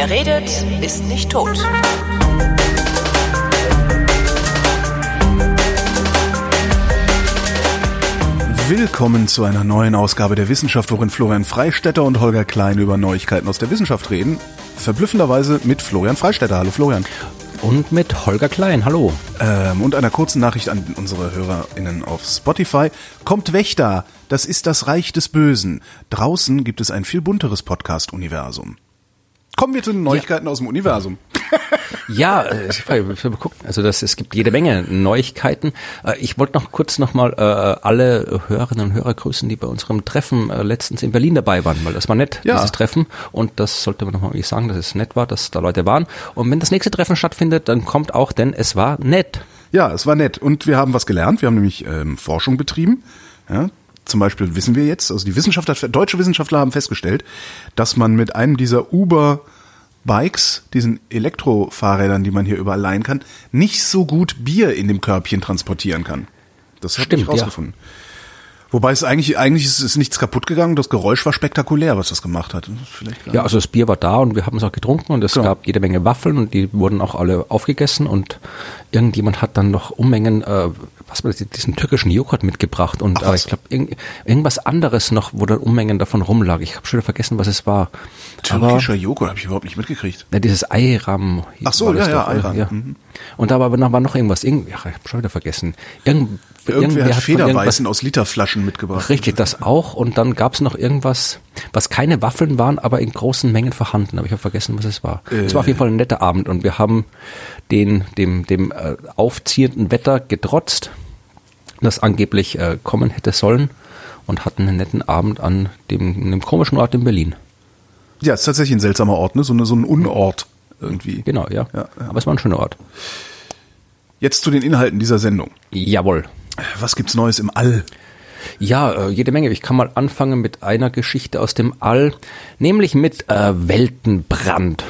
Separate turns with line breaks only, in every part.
Wer redet, ist nicht tot.
Willkommen zu einer neuen Ausgabe der Wissenschaft, worin Florian Freistetter und Holger Klein über Neuigkeiten aus der Wissenschaft reden. Verblüffenderweise mit Florian Freistetter. Hallo Florian.
Und mit Holger Klein, hallo.
Und einer kurzen Nachricht an unsere HörerInnen auf Spotify. Kommt Wächter, das ist das Reich des Bösen. Draußen gibt es ein viel bunteres Podcast-Universum. Kommen wir zu den Neuigkeiten aus dem Universum.
Ja, es gibt jede Menge Neuigkeiten. Ich wollte noch kurz nochmal alle Hörerinnen und Hörer grüßen, die bei unserem Treffen letztens in Berlin dabei waren, weil das war nett, dieses Treffen. Und das sollte man nochmal sagen, dass es nett war, dass da Leute waren. Und wenn das nächste Treffen stattfindet, dann kommt auch, denn es war nett.
Ja, es war nett. Und wir haben was gelernt. Wir haben nämlich Forschung betrieben. Ja. Zum Beispiel wissen wir jetzt, also deutsche Wissenschaftler haben festgestellt, dass man mit einem dieser Uber-Bikes, diesen Elektrofahrrädern, die man hier überall leihen kann, nicht so gut Bier in dem Körbchen transportieren kann. Das habe ich rausgefunden. Ja. Wobei es eigentlich ist nichts kaputt gegangen. Das Geräusch war spektakulär, was das gemacht hat.
Ja, also das Bier war da und wir haben es auch getrunken und es gab jede Menge Waffeln und die wurden auch alle aufgegessen und irgendjemand hat dann noch Unmengen, diesen türkischen Joghurt mitgebracht und ich glaube irgendwas anderes noch, wo dann Unmengen davon rumlag. Ich habe schon wieder vergessen, was es war.
Türkischer Joghurt habe ich überhaupt nicht mitgekriegt.
Ja, dieses Ayran.
Ach so, ja, Ayran.
Ja. Mhm. Und da war noch irgendwas. Ich habe schon wieder vergessen.
Irgendwer hat Federweißen aus Literflaschen mitgebracht.
Richtig, das auch. Und dann gab es noch irgendwas, was keine Waffeln waren, aber in großen Mengen vorhanden. Aber ich habe vergessen, was es war. Es war auf jeden Fall ein netter Abend und wir haben dem aufziehenden Wetter getrotzt, das angeblich kommen hätte sollen und hatten einen netten Abend an einem komischen Ort in Berlin.
Ja, es ist tatsächlich ein seltsamer Ort, ne? So ein Unort irgendwie.
Genau, ja. Aber es war ein schöner Ort.
Jetzt zu den Inhalten dieser Sendung.
Jawohl.
Was gibt's Neues im All?
Ja, jede Menge. Ich kann mal anfangen mit einer Geschichte aus dem All, nämlich mit Weltenbrand.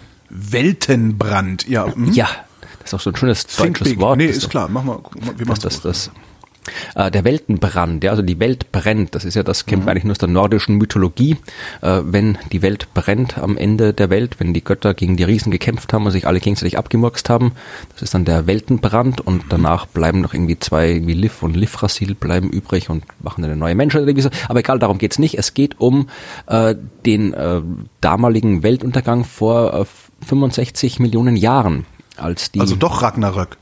Weltenbrand, ja.
Ja, das ist auch so ein schönes deutsches Wort.
Nee, ist klar. Mach mal, wie machst du
das? Der Weltenbrand, ja, also die Welt brennt, das kennt man eigentlich nur aus der nordischen Mythologie, wenn die Welt brennt am Ende der Welt, wenn die Götter gegen die Riesen gekämpft haben und sich alle gegenseitig abgemurkst haben, das ist dann der Weltenbrand und danach bleiben noch irgendwie zwei, wie Liv und Livrasil bleiben übrig und machen eine neue Menschheit, aber egal, darum geht's nicht, es geht um den damaligen Weltuntergang vor 65 Millionen Jahren.
Also doch Ragnarök.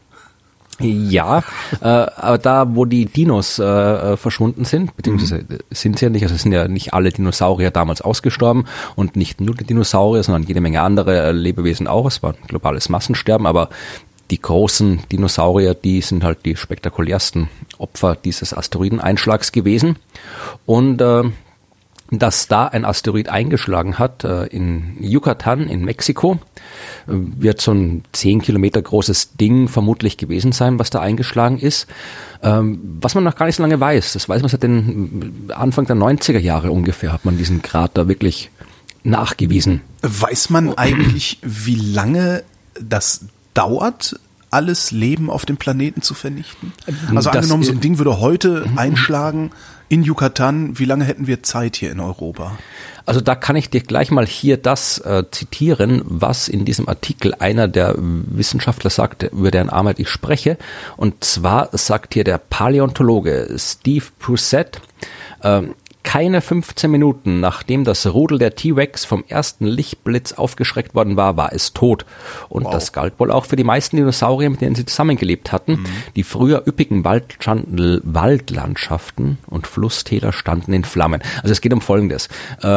Ja, aber da, wo die Dinos verschwunden sind, beziehungsweise sind sie ja nicht, also es sind ja nicht alle Dinosaurier damals ausgestorben und nicht nur die Dinosaurier, sondern jede Menge andere Lebewesen auch. Es war ein globales Massensterben, aber die großen Dinosaurier, die sind halt die spektakulärsten Opfer dieses Asteroideneinschlags gewesen. Und dass da ein Asteroid eingeschlagen hat in Yucatan in Mexiko, wird so ein 10 Kilometer großes Ding vermutlich gewesen sein, was da eingeschlagen ist. Was man noch gar nicht so lange weiß, das weiß man seit den Anfang der 90er Jahre ungefähr, hat man diesen Krater wirklich nachgewiesen.
Weiß man eigentlich, wie lange das dauert, alles Leben auf dem Planeten zu vernichten? Also angenommen, so ein Ding würde heute einschlagen in Yucatan, wie lange hätten wir Zeit hier in Europa?
Also da kann ich dir gleich mal hier das zitieren, was in diesem Artikel einer der Wissenschaftler sagt, über deren Arbeit ich spreche. Und zwar sagt hier der Paläontologe Steve Brusette, keine 15 Minuten, nachdem das Rudel der T-Rex vom ersten Lichtblitz aufgeschreckt worden war es tot. Und das galt wohl auch für die meisten Dinosaurier, mit denen sie zusammengelebt hatten. Die früher üppigen Waldlandschaften und Flusstäler standen in Flammen. Also es geht um Folgendes.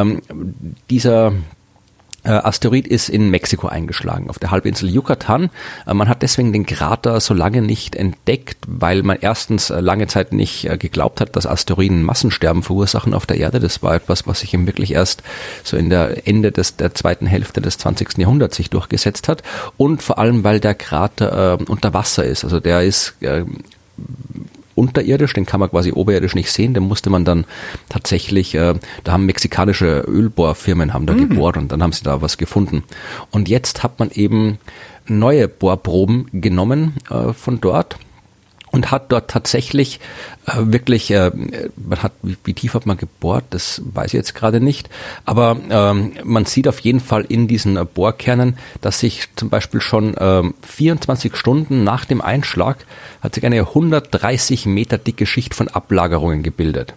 Dieser Asteroid ist in Mexiko eingeschlagen, auf der Halbinsel Yucatan. Man hat deswegen den Krater so lange nicht entdeckt, weil man erstens lange Zeit nicht geglaubt hat, dass Asteroiden Massensterben verursachen auf der Erde. Das war etwas, was sich eben wirklich erst so in der Ende der zweiten Hälfte des 20. Jahrhunderts sich durchgesetzt hat. Und vor allem, weil der Krater unter Wasser ist. Also der ist unterirdisch, den kann man quasi oberirdisch nicht sehen, den musste man dann tatsächlich, da haben mexikanische Ölbohrfirmen haben da gebohrt und dann haben sie da was gefunden. Und jetzt hat man eben neue Bohrproben genommen von dort und hat dort tatsächlich wirklich, wie tief hat man gebohrt, das weiß ich jetzt gerade nicht, aber man sieht auf jeden Fall in diesen Bohrkernen, dass sich zum Beispiel schon 24 Stunden nach dem Einschlag hat sich eine 130 Meter dicke Schicht von Ablagerungen gebildet.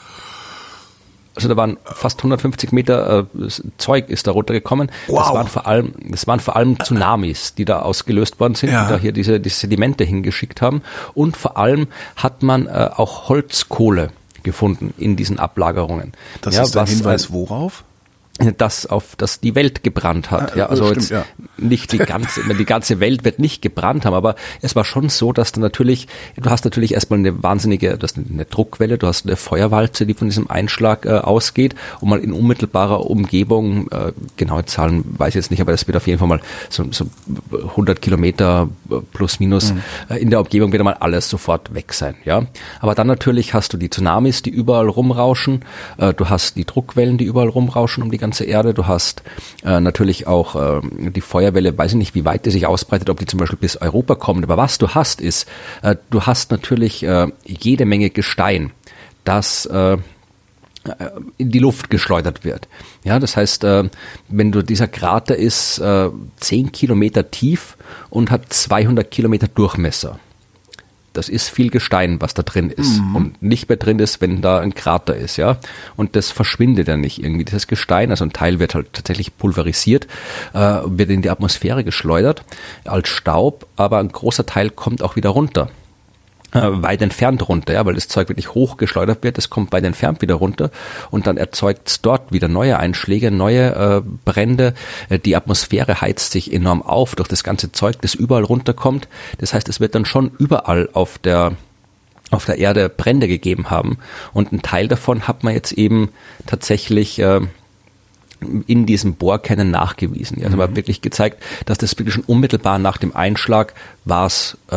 Also da waren fast 150 Meter Zeug ist da runtergekommen.
Wow.
Das waren vor allem Tsunamis, die da ausgelöst worden sind, die da hier diese Sedimente hingeschickt haben. Und vor allem hat man auch Holzkohle gefunden in diesen Ablagerungen.
Das ist ein Hinweis worauf?
Dass die Welt gebrannt hat. Ja, also
stimmt,
jetzt nicht die ganze Welt wird nicht gebrannt haben, aber es war schon so, dass du hast natürlich erstmal du hast eine Druckwelle, du hast eine Feuerwalze, die von diesem Einschlag ausgeht und mal in unmittelbarer Umgebung, genaue Zahlen weiß ich jetzt nicht, aber das wird auf jeden Fall mal so 100 Kilometer plus minus in der Umgebung wird mal alles sofort weg sein. Ja, aber dann natürlich hast du die Tsunamis, die überall rumrauschen, du hast die Druckwellen, die überall rumrauschen um die ganze Erde. Du hast natürlich auch die Feuerwelle, weiß ich nicht, wie weit die sich ausbreitet, ob die zum Beispiel bis Europa kommt. Aber was du hast, ist, du hast natürlich jede Menge Gestein, das in die Luft geschleudert wird. Ja, das heißt, dieser Krater ist 10 Kilometer tief und hat 200 Kilometer Durchmesser. Das ist viel Gestein, was da drin ist und nicht mehr drin ist, wenn da ein Krater ist, ja. Und das verschwindet ja nicht irgendwie. Dieses Gestein, also ein Teil wird halt tatsächlich pulverisiert, wird in die Atmosphäre geschleudert als Staub, aber ein großer Teil kommt auch wieder runter. Weit entfernt runter, ja, weil das Zeug wirklich hochgeschleudert wird, es kommt weit entfernt wieder runter und dann erzeugt es dort wieder neue Einschläge, neue Brände. Die Atmosphäre heizt sich enorm auf durch das ganze Zeug, das überall runterkommt. Das heißt, es wird dann schon überall auf der Erde Brände gegeben haben und ein Teil davon hat man jetzt eben tatsächlich in diesem Bohrkernen nachgewiesen. Also man hat wirklich gezeigt, dass das wirklich schon unmittelbar nach dem Einschlag war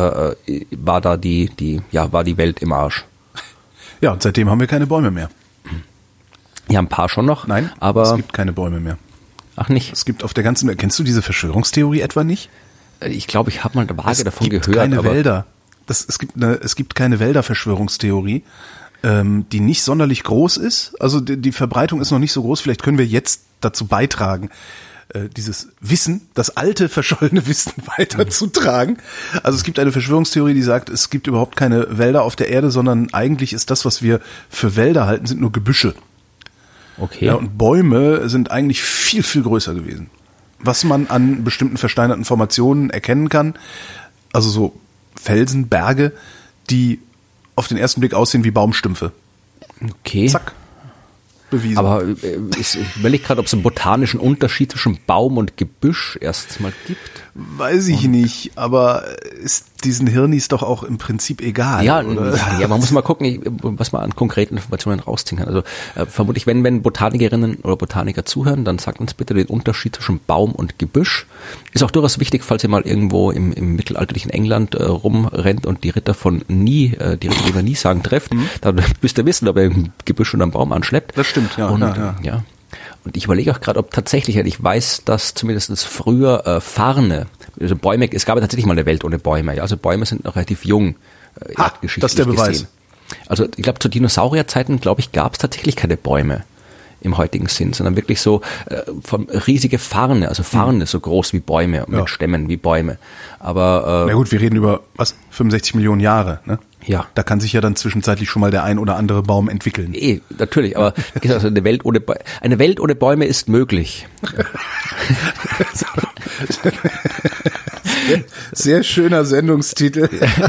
die Welt im Arsch.
Ja, und seitdem haben wir keine Bäume mehr.
Ja, ein paar schon noch.
Nein,
aber
es gibt keine Bäume mehr.
Ach nicht?
Es gibt auf der ganzen Welt, kennst du diese Verschwörungstheorie etwa nicht?
Ich glaube, ich habe mal vage davon gehört.
Es gibt keine Wälder. Es gibt keine Wälder-Verschwörungstheorie, die nicht sonderlich groß ist. Also die Verbreitung ist noch nicht so groß. Vielleicht können wir jetzt dazu beitragen, dieses Wissen, das alte, verschollene Wissen weiterzutragen. Also es gibt eine Verschwörungstheorie, die sagt, es gibt überhaupt keine Wälder auf der Erde, sondern eigentlich ist das, was wir für Wälder halten, sind nur Gebüsche.
Okay.
Ja, und Bäume sind eigentlich viel, viel größer gewesen. Was man an bestimmten versteinerten Formationen erkennen kann, also so Felsen, Berge, die auf den ersten Blick aussehen wie Baumstümpfe.
Okay.
Zack. Bewiesen.
Aber ich überlege gerade, ob es einen botanischen Unterschied zwischen Baum und Gebüsch erst mal gibt.
Weiß ich nicht, aber ist diesen Hirnis doch auch im Prinzip egal.
Ja,
oder?
Ja, man muss mal gucken, was man an konkreten Informationen rausziehen kann. Also vermutlich, wenn Botanikerinnen oder Botaniker zuhören, dann sagt uns bitte den Unterschied zwischen Baum und Gebüsch. Ist auch durchaus wichtig, falls ihr mal irgendwo im mittelalterlichen England rumrennt und die Ritter die Ritter Niesagen trefft, dann müsst ihr wissen, ob ihr ein Gebüsch oder einen Baum anschleppt.
Das stimmt, ja.
Ja. Und ich überlege auch gerade, ob tatsächlich, ich weiß, dass zumindest früher Farne, also Bäume, es gab ja tatsächlich mal eine Welt ohne Bäume. Ja, also Bäume sind noch relativ jung, erdgeschichtlich
das ist der Beweis.
Gesehen. Also ich glaube, zu Dinosaurierzeiten, glaube ich, gab es tatsächlich keine Bäume im heutigen Sinn, sondern wirklich so von riesige Farne, also Farne so groß wie Bäume, mit Stämmen wie Bäume. Aber
na gut, wir reden über 65 Millionen Jahre, ne?
Ja.
Da kann sich ja dann zwischenzeitlich schon mal der ein oder andere Baum entwickeln.
Natürlich, aber also eine Welt ohne Bäume ist möglich.
Sehr schöner Sendungstitel.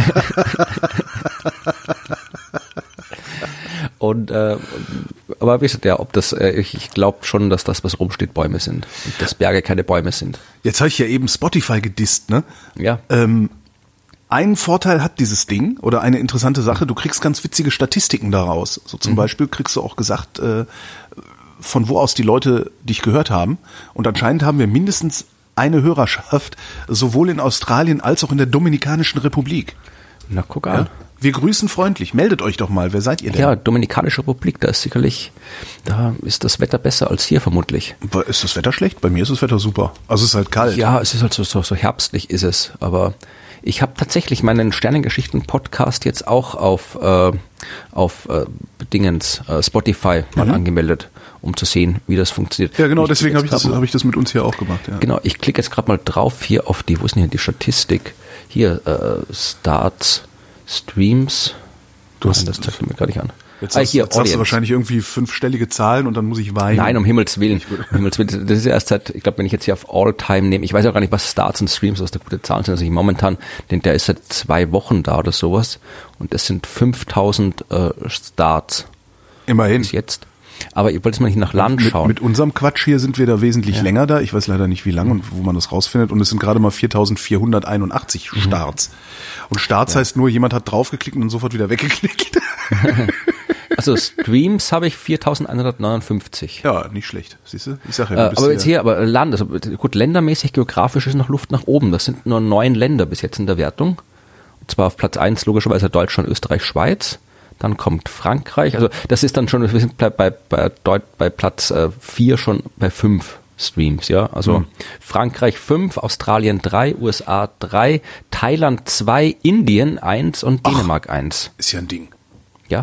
Und aber wie gesagt, ich glaube schon, dass das, was rumsteht, Bäume sind und dass Berge keine Bäume sind.
Jetzt habe ich ja eben Spotify gedisst, ne?
Ja.
Einen Vorteil hat dieses Ding oder eine interessante Sache, du kriegst ganz witzige Statistiken daraus. So zum Beispiel kriegst du auch gesagt, von wo aus die Leute dich gehört haben. Und anscheinend haben wir mindestens eine Hörerschaft, sowohl in Australien als auch in der Dominikanischen Republik.
Na, guck an.
Ja? Wir grüßen freundlich. Meldet euch doch mal. Wer seid ihr denn?
Ja, Dominikanische Republik, da ist das Wetter besser als hier vermutlich.
Ist das Wetter schlecht? Bei mir ist das Wetter super. Also es ist halt kalt.
Ja, es ist halt so herbstlich ist es, aber Ich habe tatsächlich meinen Sternengeschichten-Podcast jetzt auch auf Spotify mal angemeldet, um zu sehen, wie das funktioniert.
Ja, genau, deswegen habe ich das mit uns hier auch gemacht. Ja.
Genau, ich klicke jetzt gerade mal drauf hier auf wo ist denn hier die Statistik? Hier, Starts, Streams. Das zeigt mir gar nicht an.
Jetzt hast du wahrscheinlich irgendwie 5-stellige Zahlen und dann muss ich weinen.
Nein, um Himmels Willen. Das ist ja erst seit, ich glaube, wenn ich jetzt hier auf All-Time nehme, ich weiß auch gar nicht, was Starts und Streams, was da gute Zahlen sind. Also ich momentan, der ist seit 2 Wochen da oder sowas und das sind 5000 Starts.
Immerhin.
Bis jetzt. Aber ich wollte jetzt mal nicht nach Land schauen.
Mit unserem Quatsch hier sind wir da wesentlich länger da. Ich weiß leider nicht, wie lange und wo man das rausfindet. Und es sind gerade mal 4481 Starts. Und Starts heißt nur, jemand hat draufgeklickt und sofort wieder weggeklickt.
Also Streams habe ich 4159.
Ja, nicht schlecht. Siehst du? Ich sag ja,
aber jetzt hier, Land, also gut, ländermäßig, geografisch ist noch Luft nach oben. Das sind nur 9 Länder bis jetzt in der Wertung. Und zwar auf Platz 1 logischerweise Deutschland, Österreich, Schweiz. Dann kommt Frankreich. Also das ist dann schon, wir sind bei Platz 4 schon bei 5 Streams, ja. Also Frankreich 5, Australien 3, USA 3, Thailand 2, Indien 1 und Dänemark 1.
Ist ja ein Ding.
Ja.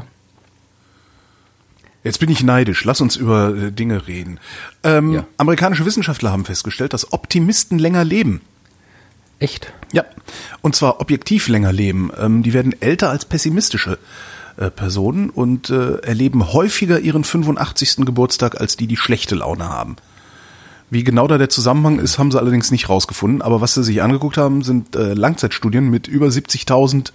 Jetzt bin ich neidisch. Lass uns über Dinge reden. Amerikanische Wissenschaftler haben festgestellt, dass Optimisten länger leben.
Echt?
Ja. Und zwar objektiv länger leben. Die werden älter als pessimistische Personen und erleben häufiger ihren 85. Geburtstag als die schlechte Laune haben. Wie genau da der Zusammenhang ist, haben sie allerdings nicht rausgefunden. Aber was sie sich angeguckt haben, sind Langzeitstudien mit über 70.000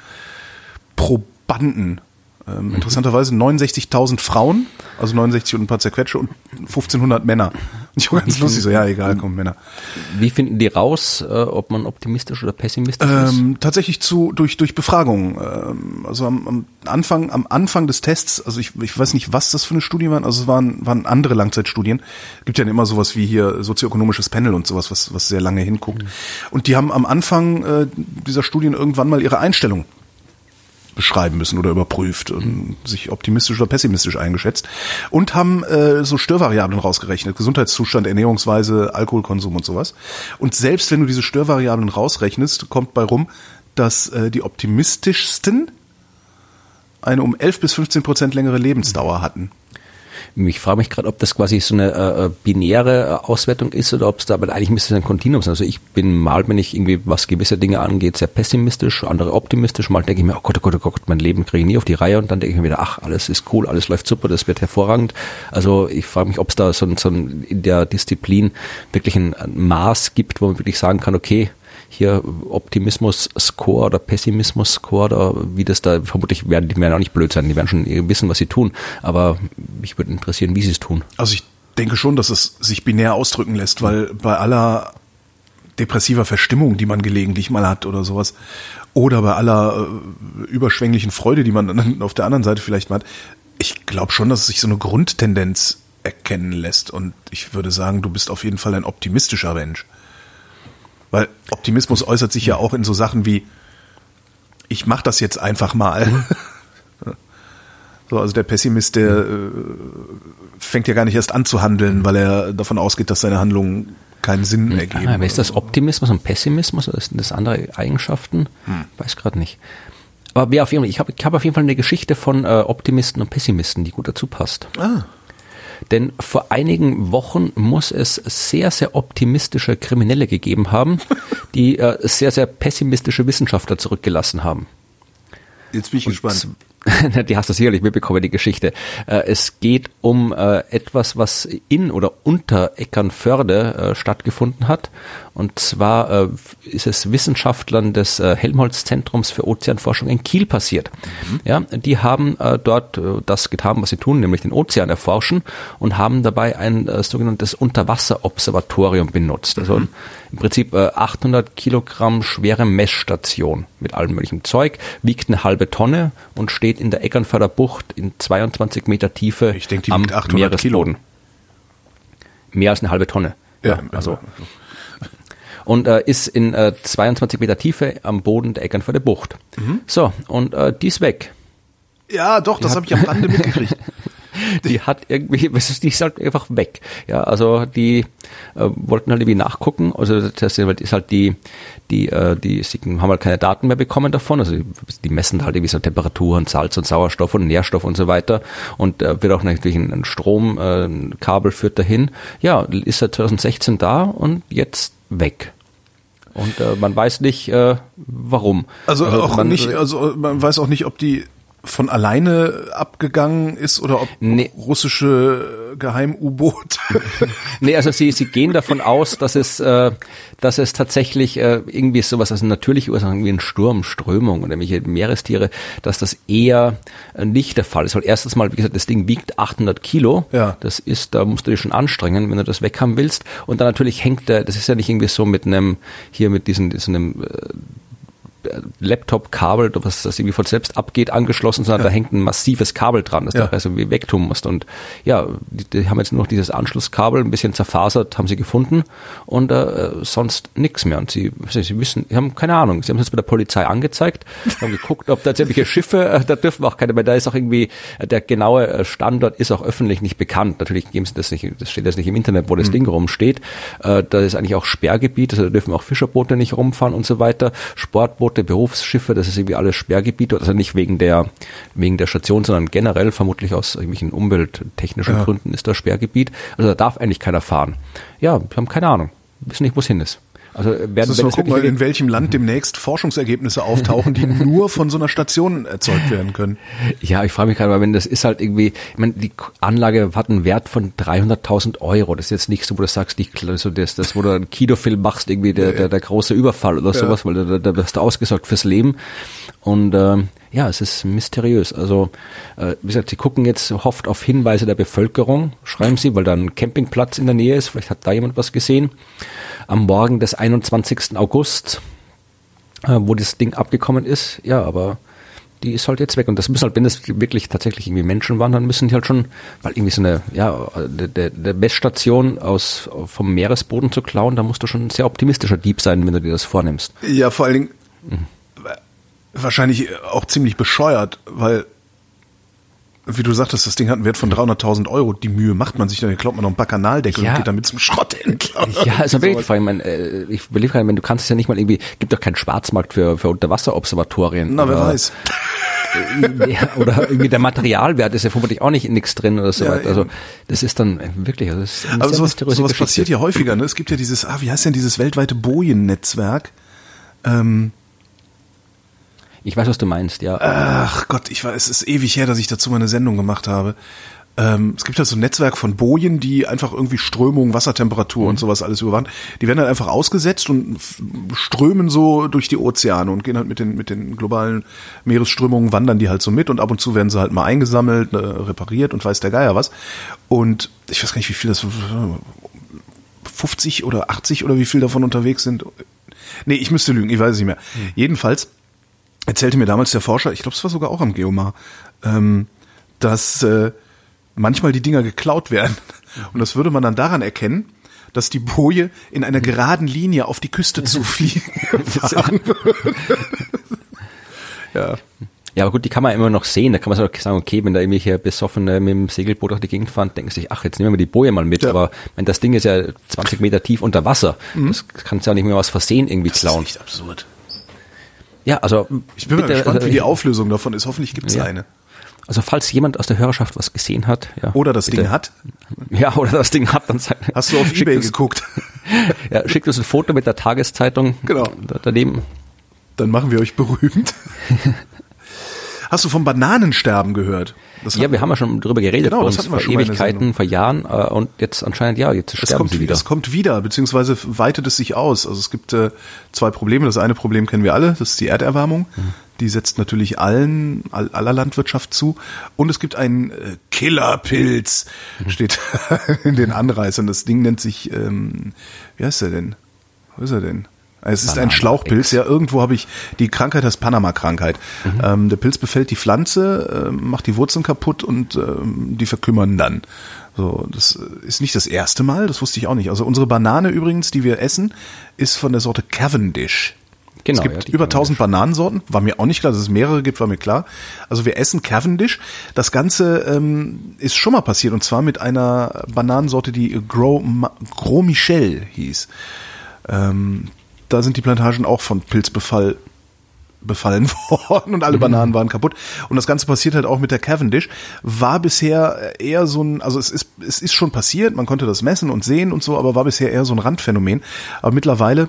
Probanden. Interessanterweise 69.000 Frauen, also 69 und ein paar zerquetsche und 1.500 Männer. Und ich war ganz lustig, so ja, egal, komm, Männer.
Wie finden die raus, ob man optimistisch oder pessimistisch ist?
Tatsächlich durch Befragungen. Also am Anfang des Tests, also ich weiß nicht, was das für eine Studie war, also es waren andere Langzeitstudien. Gibt ja immer sowas wie hier sozioökonomisches Panel und sowas, was sehr lange hinguckt. Und die haben am Anfang dieser Studien irgendwann mal ihre Einstellung beschreiben müssen oder überprüft und sich optimistisch oder pessimistisch eingeschätzt und haben so Störvariablen rausgerechnet, Gesundheitszustand, Ernährungsweise, Alkoholkonsum und sowas. Und selbst wenn du diese Störvariablen rausrechnest, kommt bei rum, dass die optimistischsten eine um 11-15% längere Lebensdauer hatten.
Ich frage mich gerade, ob das quasi so eine binäre Auswertung ist oder ob es da, aber eigentlich müsste es ein Kontinuum sein. Also ich bin wenn ich irgendwie, was gewisse Dinge angeht, sehr pessimistisch, andere optimistisch. Mal denke ich mir, oh Gott, mein Leben kriege ich nie auf die Reihe und dann denke ich mir wieder, ach, alles ist cool, alles läuft super, das wird hervorragend. Also ich frage mich, ob es da so ein in der Disziplin wirklich ein Maß gibt, wo man wirklich sagen kann, okay, hier Optimismus-Score oder Pessimismus-Score oder wie das da, vermutlich werden die auch nicht blöd sein, die werden schon wissen, was sie tun, aber mich würde interessieren, wie sie es tun.
Also ich denke schon, dass es sich binär ausdrücken lässt, weil bei aller depressiver Verstimmung, die man gelegentlich mal hat oder sowas, oder bei aller überschwänglichen Freude, die man dann auf der anderen Seite vielleicht mal hat, ich glaube schon, dass sich so eine Grundtendenz erkennen lässt und ich würde sagen, du bist auf jeden Fall ein optimistischer Mensch. Weil Optimismus äußert sich ja auch in so Sachen wie, ich mach das jetzt einfach mal. So, also der Pessimist, der fängt ja gar nicht erst an zu handeln, weil er davon ausgeht, dass seine Handlungen keinen Sinn ergeben.
Aber ist das Optimismus und Pessimismus oder sind das andere Eigenschaften? Weiß gerade nicht. Aber wer auf jeden Fall, ich hab auf jeden Fall eine Geschichte von Optimisten und Pessimisten, die gut dazu passt. Denn vor einigen Wochen muss es sehr, sehr optimistische Kriminelle gegeben haben, die sehr, sehr pessimistische Wissenschaftler zurückgelassen haben.
Jetzt bin ich gespannt.
Die hast du sicherlich mitbekommen, die Geschichte. Es geht um etwas, was in oder unter Eckernförde stattgefunden hat. Und zwar ist es Wissenschaftlern des Helmholtz-Zentrums für Ozeanforschung in Kiel passiert. Ja, die haben dort das getan, was sie tun, nämlich den Ozean erforschen und haben dabei ein sogenanntes Unterwasserobservatorium benutzt. Also im Prinzip 800 Kilogramm schwere Messstation mit allem möglichen Zeug, wiegt eine halbe Tonne und steht in der Eckernförder Bucht in 22 Meter Tiefe
ich denke, die
am
wiegt 800
Meeresboden.
Kilo.
Mehr als eine halbe Tonne.
Ja,
also. Und ist in 22 Meter Tiefe am Boden der Eckernförder Bucht. So, und die ist weg.
Ja, doch, das habe ich am Rande mitgekriegt.
die hat irgendwie, die ist halt einfach weg. Ja, also die wollten halt irgendwie nachgucken. Also das ist halt sie haben halt keine Daten mehr bekommen davon. Also die messen halt irgendwie so Temperaturen, Salz und Sauerstoff und Nährstoff und so weiter. Und wird auch natürlich ein Stromkabel führt dahin. Ja, ist seit 2016 da und jetzt weg. Und man weiß nicht, warum.
Also man weiß auch nicht, ob die von alleine abgegangen ist oder ob russische Geheim-U-Boot.
Nee, also sie gehen davon aus, dass es tatsächlich irgendwie sowas als natürliche Ursachen wie ein Sturm, Strömung oder irgendwelche Meerestiere, dass das eher nicht der Fall ist. Weil erstens mal, wie gesagt, das Ding wiegt 800 Kilo. Ja. Da musst du dich schon anstrengen, wenn du das weghaben willst. Und dann natürlich das ist ja nicht irgendwie so mit einem Laptop-Kabel, das irgendwie von selbst abgeht, angeschlossen, sondern da hängt ein massives Kabel dran, das du also wie wegtun musst. Und ja, die haben jetzt nur noch dieses Anschlusskabel, ein bisschen zerfasert, haben sie gefunden und sonst nichts mehr. Und sie haben keine Ahnung, sie haben es jetzt bei der Polizei angezeigt, haben geguckt, ob tatsächliche Schiffe, da dürfen auch keine, weil da ist auch irgendwie, der genaue Standort ist auch öffentlich nicht bekannt. Natürlich geben sie das nicht, das steht jetzt nicht im Internet, wo das Ding rumsteht. Da ist eigentlich auch Sperrgebiet, also da dürfen auch Fischerboote nicht rumfahren und so weiter. Sportboote, Berufsschiffe, das ist irgendwie alles Sperrgebiete, also nicht wegen der Station, sondern generell vermutlich aus irgendwelchen umwelttechnischen Gründen ist das Sperrgebiet. Also da darf eigentlich keiner fahren. Ja, wir haben keine Ahnung, wissen nicht, wo es hin ist. Also
guck mal, in welchem Land demnächst Forschungsergebnisse auftauchen, die nur von so einer Station erzeugt werden können.
Ja, ich frage mich gerade, weil wenn das ist halt irgendwie, ich meine, die Anlage hat einen Wert von 300.000 Euro. Das ist jetzt nicht so, wo du sagst, wo du einen Kinofilm machst, irgendwie der große Überfall oder sowas, weil da wirst du ausgesorgt fürs Leben. Und es ist mysteriös. Also, wie gesagt, sie gucken jetzt, hofft auf Hinweise der Bevölkerung, schreiben sie, weil da ein Campingplatz in der Nähe ist. Vielleicht hat da jemand was gesehen. Am Morgen des 21. August, wo das Ding abgekommen ist. Ja, aber die ist halt jetzt weg. Und das müssen halt, wenn das wirklich tatsächlich irgendwie Menschen waren, dann müssen die halt schon, weil irgendwie so der Messstation vom Meeresboden zu klauen, da musst du schon ein sehr optimistischer Dieb sein, wenn du dir das vornimmst.
Ja, vor allen Dingen wahrscheinlich auch ziemlich bescheuert, weil, wie du sagtest, das Ding hat einen Wert von 300.000 Euro. Die Mühe macht man sich, dann klaut man noch ein paar Kanaldeckel und geht damit zum Schrotthändler.
Ja, also wirklich, ich überlege gerade, du kannst es ja nicht mal irgendwie, gibt doch keinen Schwarzmarkt für Unterwasserobservatorien.
Na, wer weiß.
Ja, oder irgendwie der Materialwert ist ja vermutlich auch nicht in nichts drin oder so weiter. Also das ist dann wirklich, das ist eine sehr mysteriöse
sowas
Geschichte.
Passiert ja häufiger, ne? Es gibt ja dieses, wie heißt denn dieses weltweite Bojen-Netzwerk?
Ich weiß, was du meinst, ja.
Ach Gott, es ist ewig her, dass ich dazu mal eine Sendung gemacht habe. Es gibt ja so ein Netzwerk von Bojen, die einfach irgendwie Strömung, Wassertemperatur und sowas alles überwachen. Die werden halt einfach ausgesetzt und strömen so durch die Ozeane und gehen halt mit den globalen Meeresströmungen, wandern die halt so mit und ab und zu werden sie halt mal eingesammelt, repariert und weiß der Geier was. Und ich weiß gar nicht, wie viel das, 50 oder 80 oder wie viel davon unterwegs sind. Nee, ich müsste lügen, ich weiß es nicht mehr. Jedenfalls erzählte mir damals der Forscher, ich glaube, es war sogar auch am Geomar, dass manchmal die Dinger geklaut werden. Und das würde man dann daran erkennen, dass die Boje in einer geraden Linie auf die Küste zufliegen. Ja.
Ja, aber gut, die kann man immer noch sehen. Da kann man sagen, okay, wenn da irgendwelche Besoffene mit dem Segelboot durch die Gegend fahren, denken sich, ach, jetzt nehmen wir die Boje mal mit. Ja. Aber das Ding ist ja 20 Meter tief unter Wasser. Das kannst du ja nicht mehr aus Versehen irgendwie klauen.
Das ist echt absurd.
Ja, also
ich bin mal gespannt, wie die Auflösung davon ist. Hoffentlich gibt's eine.
Also falls jemand aus der Hörerschaft was gesehen hat, ja,
oder das Ding hat.
Ja, oder das Ding hat, dann
hast du auf eBay geguckt?
Ja, schickt uns ein Foto mit der Tageszeitung daneben.
Dann machen wir euch berühmt. Hast du vom Bananensterben gehört?
Wir haben ja schon drüber geredet,
genau, das hatten wir
vor Ewigkeiten, vor Jahren, und jetzt anscheinend, jetzt sterben sie wieder.
Es kommt wieder, beziehungsweise weitet es sich aus. Also es gibt 2 Probleme. Das eine Problem kennen wir alle, das ist die Erderwärmung. Die setzt natürlich aller Landwirtschaft zu. Und es gibt einen Killerpilz, steht in den Anreißern. Das Ding nennt sich, wie heißt der denn? Wo ist er denn? Es ist ein Schlauchpilz, ja, irgendwo habe ich, die Krankheit heißt Panama-Krankheit. Der Pilz befällt die Pflanze, macht die Wurzeln kaputt und die verkümmern dann. So, das ist nicht das erste Mal, das wusste ich auch nicht. Also unsere Banane übrigens, die wir essen, ist von der Sorte Cavendish.
Genau,
es gibt über 1000 Bananensorten, war mir auch nicht klar, dass es mehrere gibt, war mir klar. Also wir essen Cavendish. Das Ganze ist schon mal passiert, und zwar mit einer Bananensorte, die Gros Michel hieß. Da sind die Plantagen auch von Pilzbefall befallen worden und alle Bananen waren kaputt. Und das Ganze passiert halt auch mit der Cavendish. War bisher eher so ein, also es ist schon passiert, man konnte das messen und sehen und so, aber war bisher eher so ein Randphänomen. Aber mittlerweile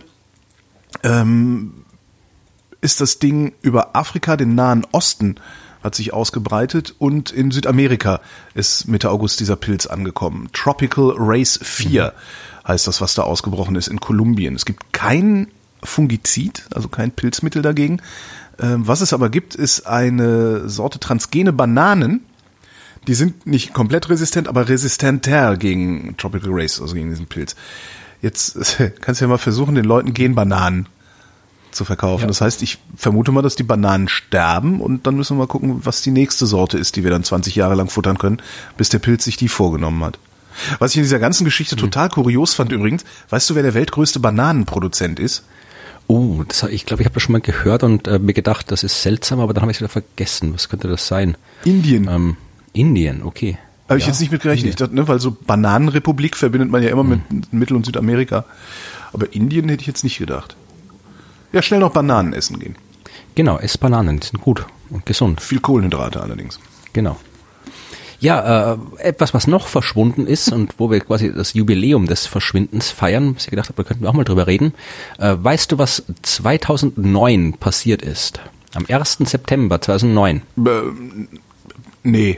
ist das Ding über Afrika, den Nahen Osten, hat sich ausgebreitet, und in Südamerika ist Mitte August dieser Pilz angekommen. Tropical Race 4 heißt das, was da ausgebrochen ist in Kolumbien. Es gibt kein Fungizid, also kein Pilzmittel dagegen. Was es aber gibt, ist eine Sorte transgene Bananen. Die sind nicht komplett resistent, aber resistenter gegen Tropical Race, also gegen diesen Pilz. Jetzt kannst du ja mal versuchen, den Leuten Genbananen zu verkaufen. Ja. Das heißt, ich vermute mal, dass die Bananen sterben, und dann müssen wir mal gucken, was die nächste Sorte ist, die wir dann 20 Jahre lang futtern können, bis der Pilz sich die vorgenommen hat. Was ich in dieser ganzen Geschichte total kurios fand übrigens, weißt du, wer der weltgrößte Bananenproduzent ist?
Oh, ich glaube, ich habe das schon mal gehört und mir gedacht, das ist seltsam, aber dann habe ich es wieder vergessen. Was könnte das sein?
Indien.
Indien, okay.
Habe ich jetzt nicht mit gerechnet. Ich dachte, weil so Bananenrepublik verbindet man ja immer mit Mittel- und Südamerika. Aber Indien hätte ich jetzt nicht gedacht. Ja, schnell noch Bananen essen gehen.
Genau, ess Bananen, die sind gut und gesund.
Viel Kohlenhydrate allerdings.
Genau. Ja, etwas, was noch verschwunden ist und wo wir quasi das Jubiläum des Verschwindens feiern, was ich gedacht habe, da könnten wir auch mal drüber reden. Weißt du, was 2009 passiert ist? Am 1. September 2009.
Nee.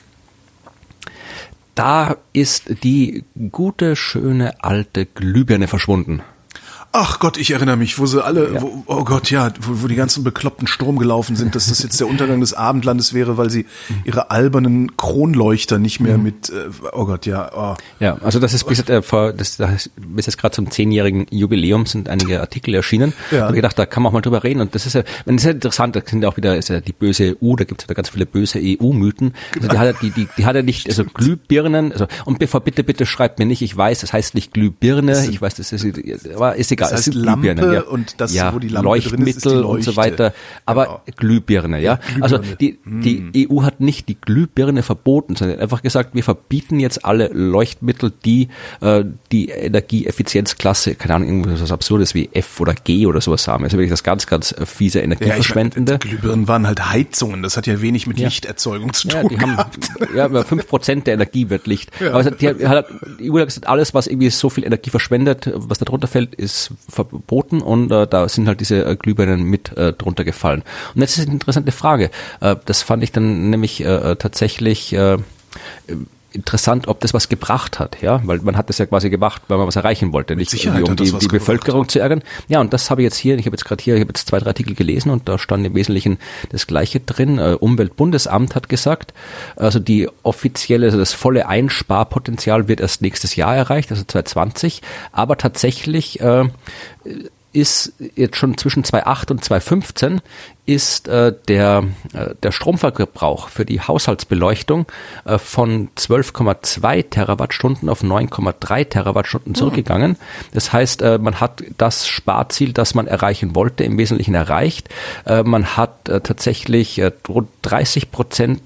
Da ist die gute, schöne, alte Glühbirne verschwunden.
Ach Gott, ich erinnere mich, wo sie alle, wo die ganzen bekloppten Strom gelaufen sind, dass das jetzt der Untergang des Abendlandes wäre, weil sie ihre albernen Kronleuchter nicht mehr mit,
Ja, also das ist bis jetzt gerade zum 10-jährigen Jubiläum sind einige Artikel erschienen. Ja. Ich habe gedacht, da kann man auch mal drüber reden, und das ist ja interessant, da sind ja auch wieder, ist ja die böse EU, da gibt es ja ganz viele böse EU-Mythen. Also die hat ja nicht, also Glühbirnen, also, und bitte schreibt mir nicht, ich weiß, das heißt nicht Glühbirne, ich weiß, das ist, aber ist egal.
Das heißt Lampe, ja. Und das, wo die Lampe
Leuchtmittel
drin ist die Leuchte.
Und so weiter. Aber genau. Glühbirne, ja. Glühbirne. Also die EU hat nicht die Glühbirne verboten, sondern einfach gesagt, wir verbieten jetzt alle Leuchtmittel, die die Energieeffizienzklasse, keine Ahnung, irgendwas Absurdes wie F oder G oder sowas haben. Also wirklich das ganz, ganz fiese Energieverschwendende.
Die Glühbirnen waren halt Heizungen, das hat ja wenig mit Lichterzeugung zu tun gehabt.
Ja, 5% der Energie wird Licht. Ja. Aber die EU hat gesagt, alles, was irgendwie so viel Energie verschwendet, was da drunter fällt, ist verboten, und da sind halt diese Glühbirnen mit drunter gefallen. Und jetzt ist eine interessante Frage. Das fand ich dann nämlich tatsächlich interessant, ob das was gebracht hat, ja, weil man hat das ja quasi gemacht, weil man was erreichen wollte, nicht um die Bevölkerung zu ärgern. Ja, und das habe ich jetzt hier, ich habe jetzt 2-3 Artikel gelesen, und da stand im Wesentlichen das Gleiche drin. Umweltbundesamt hat gesagt, also das volle Einsparpotenzial wird erst nächstes Jahr erreicht, also 2020, aber tatsächlich ist jetzt schon zwischen 2008 und 2015 ist der Stromverbrauch für die Haushaltsbeleuchtung von 12,2 Terawattstunden auf 9,3 Terawattstunden zurückgegangen. Das heißt, man hat das Sparziel, das man erreichen wollte, im Wesentlichen erreicht. Man hat tatsächlich rund 30%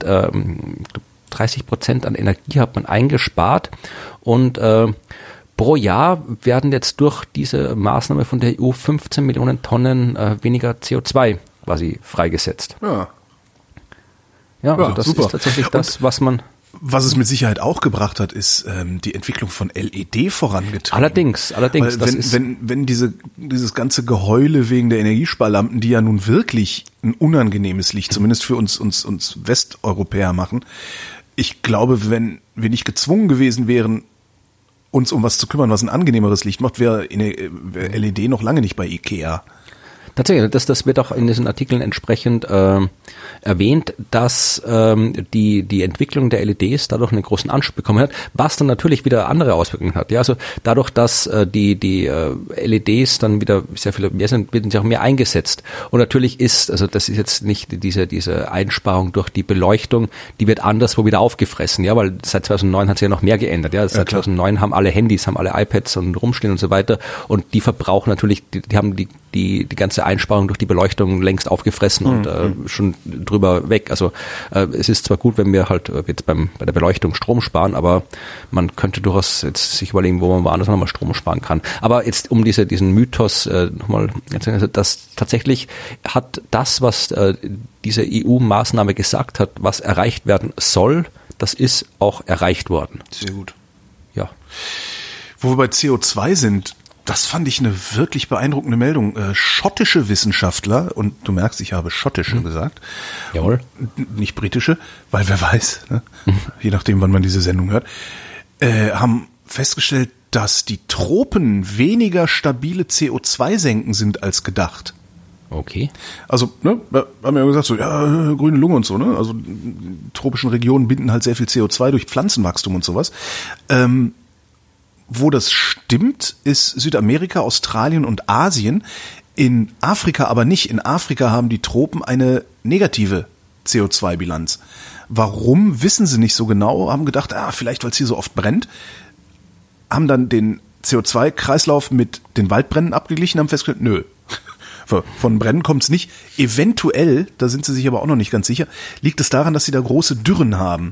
an Energie hat man eingespart, und pro Jahr werden jetzt durch diese Maßnahme von der EU 15 Millionen Tonnen weniger CO2 quasi freigesetzt. Ja, also das super. Ist tatsächlich das,
was es mit Sicherheit auch gebracht hat, ist die Entwicklung von LED vorangetrieben.
Allerdings.
Wenn dieses ganze Geheule wegen der Energiesparlampen, die ja nun wirklich ein unangenehmes Licht, zumindest für uns Westeuropäer machen, ich glaube, wenn wir nicht gezwungen gewesen wären, uns um was zu kümmern, was ein angenehmeres Licht macht, wäre LED noch lange nicht bei Ikea.
Tatsächlich, das wird auch in diesen Artikeln entsprechend erwähnt, dass die Entwicklung der LEDs dadurch einen großen Anschub bekommen hat, was dann natürlich wieder andere Auswirkungen hat. Ja, also dadurch, dass die LEDs dann wieder sehr viel mehr sind, werden sie auch mehr eingesetzt. Und natürlich also das ist jetzt nicht diese Einsparung durch die Beleuchtung, die wird anderswo wieder aufgefressen, ja, weil seit 2009 hat sich ja noch mehr geändert. Ja, seit 2009 haben alle Handys, haben alle iPads und rumstehen und so weiter, und die verbrauchen natürlich, die haben die die ganze Einsparung durch die Beleuchtung längst aufgefressen und schon drüber weg. Also es ist zwar gut, wenn wir halt jetzt bei der Beleuchtung Strom sparen, aber man könnte durchaus jetzt sich überlegen, wo man woanders nochmal Strom sparen kann. Aber jetzt um diesen Mythos nochmal, dass tatsächlich hat das, was diese EU-Maßnahme gesagt hat, was erreicht werden soll, das ist auch erreicht worden.
Sehr gut.
Ja.
Wo wir bei CO2 sind, das fand ich eine wirklich beeindruckende Meldung. Schottische Wissenschaftler, und du merkst, ich habe schottische gesagt.
Jawohl.
Nicht britische, weil wer weiß, ne? Je nachdem, wann man diese Sendung hört, haben festgestellt, dass die Tropen weniger stabile CO2-Senken sind als gedacht.
Okay.
Also, ne, haben ja gesagt, so, ja, grüne Lunge und so, ne? Also, tropischen Regionen binden halt sehr viel CO2 durch Pflanzenwachstum und sowas. Wo das stimmt, ist Südamerika, Australien und Asien. In Afrika aber nicht. In Afrika haben die Tropen eine negative CO2-Bilanz. Warum, wissen sie nicht so genau, haben gedacht, vielleicht weil es hier so oft brennt, haben dann den CO2-Kreislauf mit den Waldbränden abgeglichen, haben festgestellt, nö, von Brennen kommt es nicht. Eventuell, da sind sie sich aber auch noch nicht ganz sicher, liegt es daran, dass sie da große Dürren haben.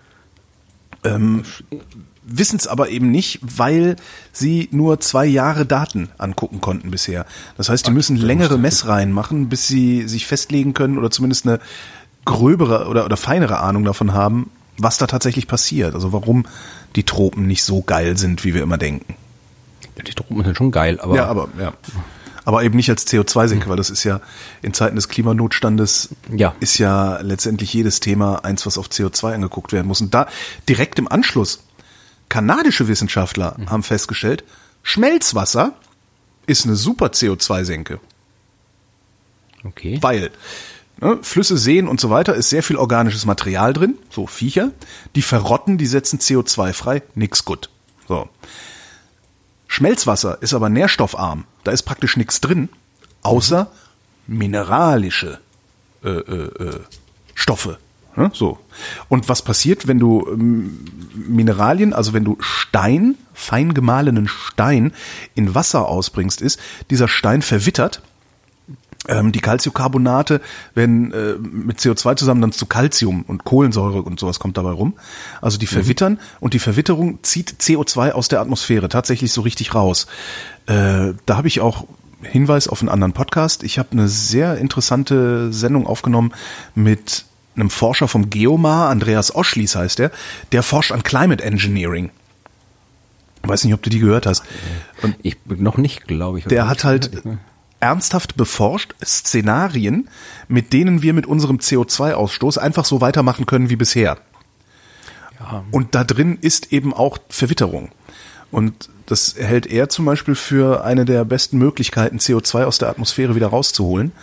Wissen es aber eben nicht, weil sie nur 2 Jahre Daten angucken konnten bisher. Das heißt, die müssen längere Messreihen machen, bis sie sich festlegen können oder zumindest eine gröbere oder feinere Ahnung davon haben, was da tatsächlich passiert. Also warum die Tropen nicht so geil sind, wie wir immer denken.
Ja, die Tropen sind schon geil, aber...
Ja. Aber eben nicht als CO2-Senke, weil das ist ja in Zeiten des Klimanotstandes ist ja letztendlich jedes Thema eins, was auf CO2 angeguckt werden muss. Und da direkt im Anschluss, kanadische Wissenschaftler haben festgestellt, Schmelzwasser ist eine super CO2-Senke.
Okay.
Weil Flüsse, Seen und so weiter ist sehr viel organisches Material drin, so Viecher, die verrotten, die setzen CO2 frei, nix gut. So. Schmelzwasser ist aber nährstoffarm. Da ist praktisch nichts drin, außer mineralische Stoffe. Ne? So. Und was passiert, wenn du Mineralien, also wenn du Stein, fein gemahlenen Stein in Wasser ausbringst, ist, dieser Stein verwittert. Die Calciumcarbonate werden mit CO2 zusammen dann zu Calcium und Kohlensäure und sowas kommt dabei rum. Also die verwittern und die Verwitterung zieht CO2 aus der Atmosphäre tatsächlich so richtig raus. Da habe ich auch Hinweis auf einen anderen Podcast. Ich habe eine sehr interessante Sendung aufgenommen mit einem Forscher vom Geomar, Andreas Oschlies heißt er, der forscht an Climate Engineering. Ich weiß nicht, ob du die gehört hast. Und
ich noch nicht, glaube ich.
Der hat halt ernsthaft beforscht Szenarien, mit denen wir mit unserem CO2-Ausstoß einfach so weitermachen können wie bisher. Ja. Und da drin ist eben auch Verwitterung. Und das hält er zum Beispiel für eine der besten Möglichkeiten, CO2 aus der Atmosphäre wieder rauszuholen.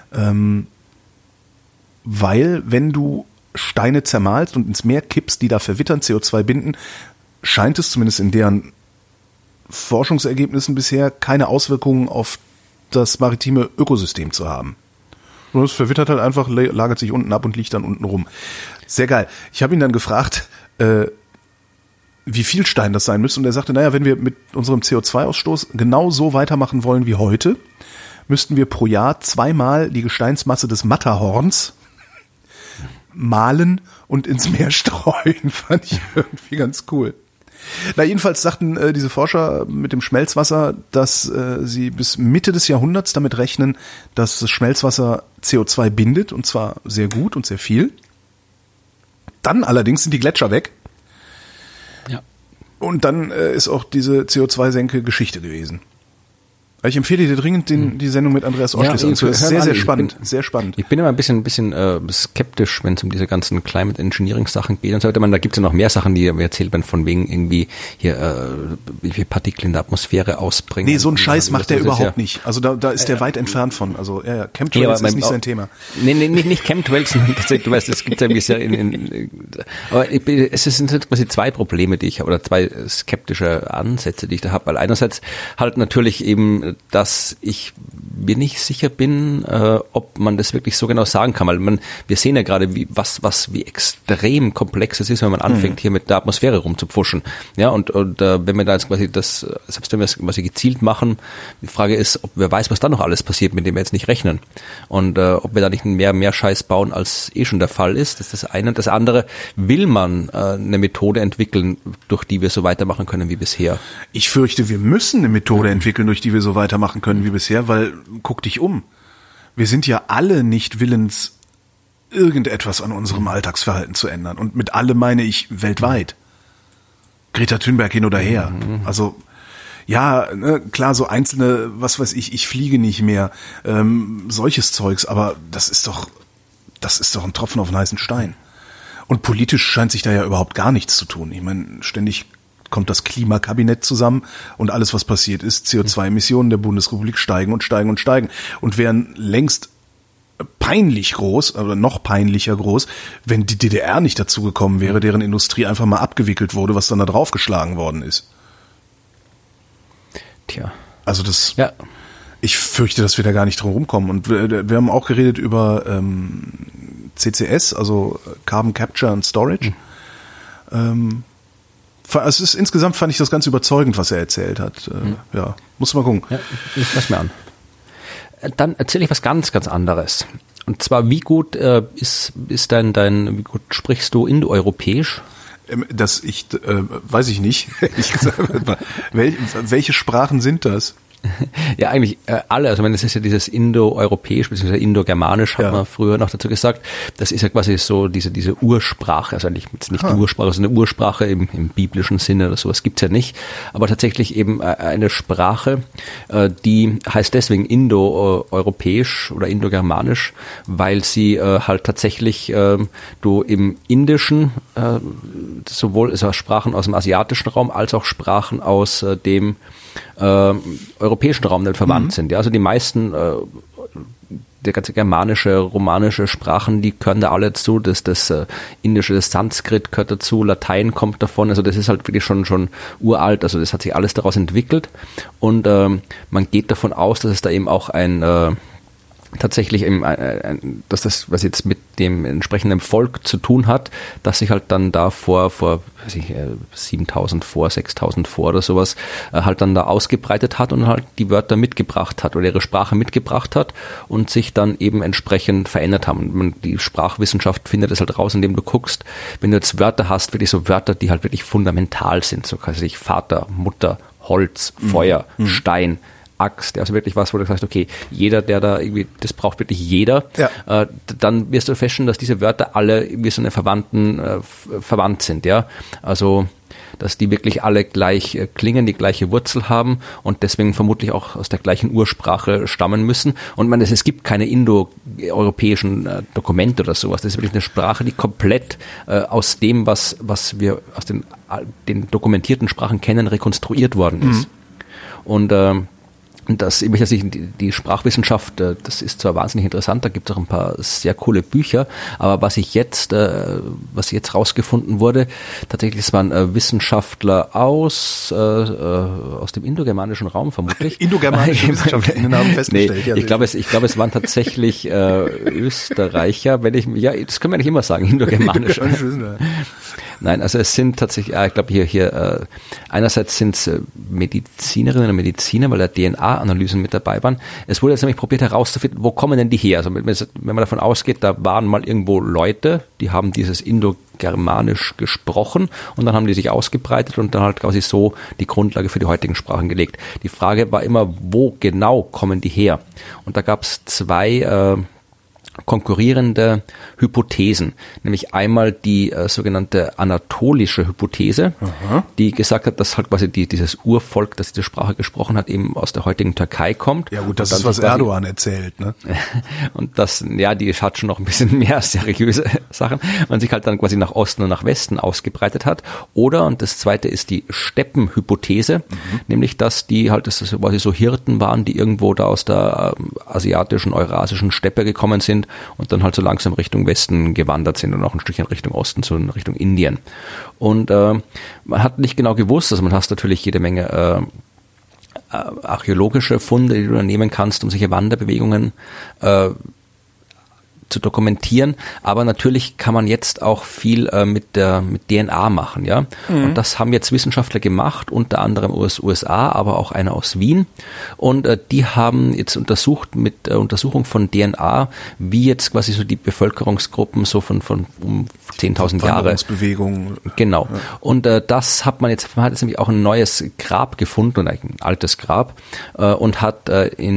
Weil, wenn du Steine zermalst und ins Meer kippst, die da verwittern, CO2 binden, scheint es zumindest in deren Forschungsergebnissen bisher keine Auswirkungen auf das maritime Ökosystem zu haben. Und es verwittert halt einfach, lagert sich unten ab und liegt dann unten rum. Sehr geil. Ich habe ihn dann gefragt, wie viel Stein das sein müsste. Und er sagte, wenn wir mit unserem CO2-Ausstoß genau so weitermachen wollen wie heute, müssten wir pro Jahr 2-mal die Gesteinsmasse des Matterhorns mahlen und ins Meer streuen. Fand ich irgendwie ganz cool. Jedenfalls sagten diese Forscher mit dem Schmelzwasser, dass sie bis Mitte des Jahrhunderts damit rechnen, dass das Schmelzwasser CO2 bindet, und zwar sehr gut und sehr viel. Dann allerdings sind die Gletscher weg. Ja. Und dann ist auch diese CO2-Senke Geschichte gewesen. Ich empfehle dir dringend die Sendung mit Andreas Oschlies anzuhören. Das ist sehr, sehr spannend. Sehr spannend.
Ich bin immer ein bisschen skeptisch, wenn es um diese ganzen Climate Engineering Sachen geht und so weiter. Da gibt es ja noch mehr Sachen, die erzählt werden, von wegen irgendwie hier wie viele Partikel in der Atmosphäre ausbringen.
Nee, so einen Scheiß macht der überhaupt nicht. Also da ist der weit entfernt von. Also Chemtrails ist nicht sein Thema.
Nee, nicht Chemtrails, du weißt, es gibt ja ein bisschen aber es sind quasi 2 Probleme, die ich habe, oder 2 skeptische Ansätze, die ich da habe. Weil einerseits halt natürlich eben dass ich mir nicht sicher bin, ob man das wirklich so genau sagen kann, weil wir sehen ja gerade, wie extrem komplex es ist, wenn man anfängt, hier mit der Atmosphäre rumzupfuschen. Ja, und wenn wir da jetzt quasi selbst wenn wir es quasi gezielt machen, die Frage ist, ob wer weiß, was dann noch alles passiert, mit dem wir jetzt nicht rechnen. Und ob wir da nicht mehr Scheiß bauen, als schon der Fall ist. Das ist das eine. Und das andere, will man eine Methode entwickeln, durch die wir so weitermachen können wie bisher?
Ich fürchte, wir müssen eine Methode entwickeln, durch die wir so weitermachen können wie bisher, weil, guck dich um. Wir sind ja alle nicht willens, irgendetwas an unserem Alltagsverhalten zu ändern. Und mit alle meine ich weltweit. Greta Thunberg hin oder her. Also, ja, ne, klar, so einzelne, was weiß ich fliege nicht mehr, solches Zeugs, aber das ist doch ein Tropfen auf den heißen Stein. Und politisch scheint sich da ja überhaupt gar nichts zu tun. Ich meine, ständig kommt das Klimakabinett zusammen und alles, was passiert ist, CO2-Emissionen der Bundesrepublik steigen und steigen und steigen und wären längst peinlich groß, oder noch peinlicher groß, wenn die DDR nicht dazu gekommen wäre, deren Industrie einfach mal abgewickelt wurde, was dann da draufgeschlagen worden ist.
Tja.
Also ich fürchte, dass wir da gar nicht drum rumkommen. Und wir haben auch geredet über CCS, also Carbon Capture and Storage. Insgesamt fand ich das ganz überzeugend, was er erzählt hat. Ja, muss mal gucken.
Ja, ich lass mir an. Dann erzähle ich was ganz, ganz anderes. Und zwar, wie gut ist wie gut sprichst du indoeuropäisch?
Weiß ich nicht. Welche Sprachen sind das?
Ja, eigentlich alle. Also das ist ja dieses Indoeuropäisch bzw. Indogermanisch, hat man früher noch dazu gesagt. Das ist ja quasi so diese Ursprache, also eigentlich nicht die Ursprache, sondern eine Ursprache im biblischen Sinne oder sowas gibt's ja nicht. Aber tatsächlich eben eine Sprache, die heißt deswegen Indoeuropäisch oder Indogermanisch, weil sie halt tatsächlich du im Indischen sowohl also Sprachen aus dem asiatischen Raum als auch Sprachen aus dem europäischen Raum nicht verwandt sind. Ja, also die meisten, der ganze germanische, romanische Sprachen, die gehören da alle dazu. Das indische, das Sanskrit gehört dazu, Latein kommt davon. Also das ist halt wirklich schon uralt. Also das hat sich alles daraus entwickelt. Und man geht davon aus, dass es da eben auch tatsächlich dass das, was jetzt mit dem entsprechenden Volk zu tun hat, dass sich halt dann da vor 7.000 vor, 6.000 vor oder sowas halt dann da ausgebreitet hat und halt die Wörter mitgebracht hat oder ihre Sprache mitgebracht hat und sich dann eben entsprechend verändert haben. Die Sprachwissenschaft findet es halt raus, indem du guckst, wenn du jetzt Wörter hast, wirklich so Wörter, die halt wirklich fundamental sind, so quasi Vater, Mutter, Holz, Feuer, Stein, Axt, also wirklich was, wo du sagst, okay, jeder, der da irgendwie, das braucht wirklich jeder, dann wirst du feststellen, dass diese Wörter alle irgendwie so eine verwandt sind, ja, also dass die wirklich alle gleich klingen, die gleiche Wurzel haben und deswegen vermutlich auch aus der gleichen Ursprache stammen müssen. Und es gibt keine indoeuropäischen Dokumente oder sowas. Das ist wirklich eine Sprache, die komplett aus dem, was wir aus den dokumentierten Sprachen kennen, rekonstruiert worden ist. Und die Sprachwissenschaft, das ist zwar wahnsinnig interessant, da gibt es auch ein paar sehr coole Bücher, aber was jetzt rausgefunden wurde, tatsächlich, es waren Wissenschaftler aus dem indogermanischen Raum vermutlich.
Indogermanische Wissenschaftler haben festgestellt.
Nee, ich glaube, es waren tatsächlich Österreicher, das können wir nicht immer sagen, indogermanisch. Nein, also es sind tatsächlich, ich glaube hier einerseits sind es Medizinerinnen und Mediziner, weil da DNA-Analysen mit dabei waren. Es wurde jetzt nämlich probiert herauszufinden, wo kommen denn die her? Also wenn man davon ausgeht, da waren mal irgendwo Leute, die haben dieses Indogermanisch gesprochen und dann haben die sich ausgebreitet und dann halt quasi so die Grundlage für die heutigen Sprachen gelegt. Die Frage war immer, wo genau kommen die her? Und da gab es zwei konkurrierende Hypothesen, nämlich einmal die sogenannte anatolische Hypothese, die gesagt hat, dass halt quasi dieses Urvolk, das diese Sprache gesprochen hat, eben aus der heutigen Türkei kommt.
Ja gut, das ist, was Erdogan erzählt, ne?
Und die hat schon noch ein bisschen mehr seriöse Sachen, man sich halt dann quasi nach Osten und nach Westen ausgebreitet hat. Oder, und das zweite ist die Steppenhypothese, nämlich, dass die halt, dass das quasi so Hirten waren, die irgendwo da aus der asiatischen, eurasischen Steppe gekommen sind und dann halt so langsam Richtung Westen gewandert sind und auch ein Stückchen Richtung Osten, so in Richtung Indien. Und man hat nicht genau gewusst, also man hat natürlich jede Menge archäologische Funde, die du dann nehmen kannst, um solche Wanderbewegungen zu dokumentieren, aber natürlich kann man jetzt auch viel mit DNA machen, ja. Und das haben jetzt Wissenschaftler gemacht, unter anderem aus USA, aber auch einer aus Wien. Und die haben jetzt untersucht mit Untersuchung von DNA, wie jetzt quasi so die Bevölkerungsgruppen so von um 10.000 Jahre.
Wanderungsbewegungen.
Genau. Ja. Und man hat jetzt nämlich auch ein neues Grab gefunden, ein altes Grab, und hat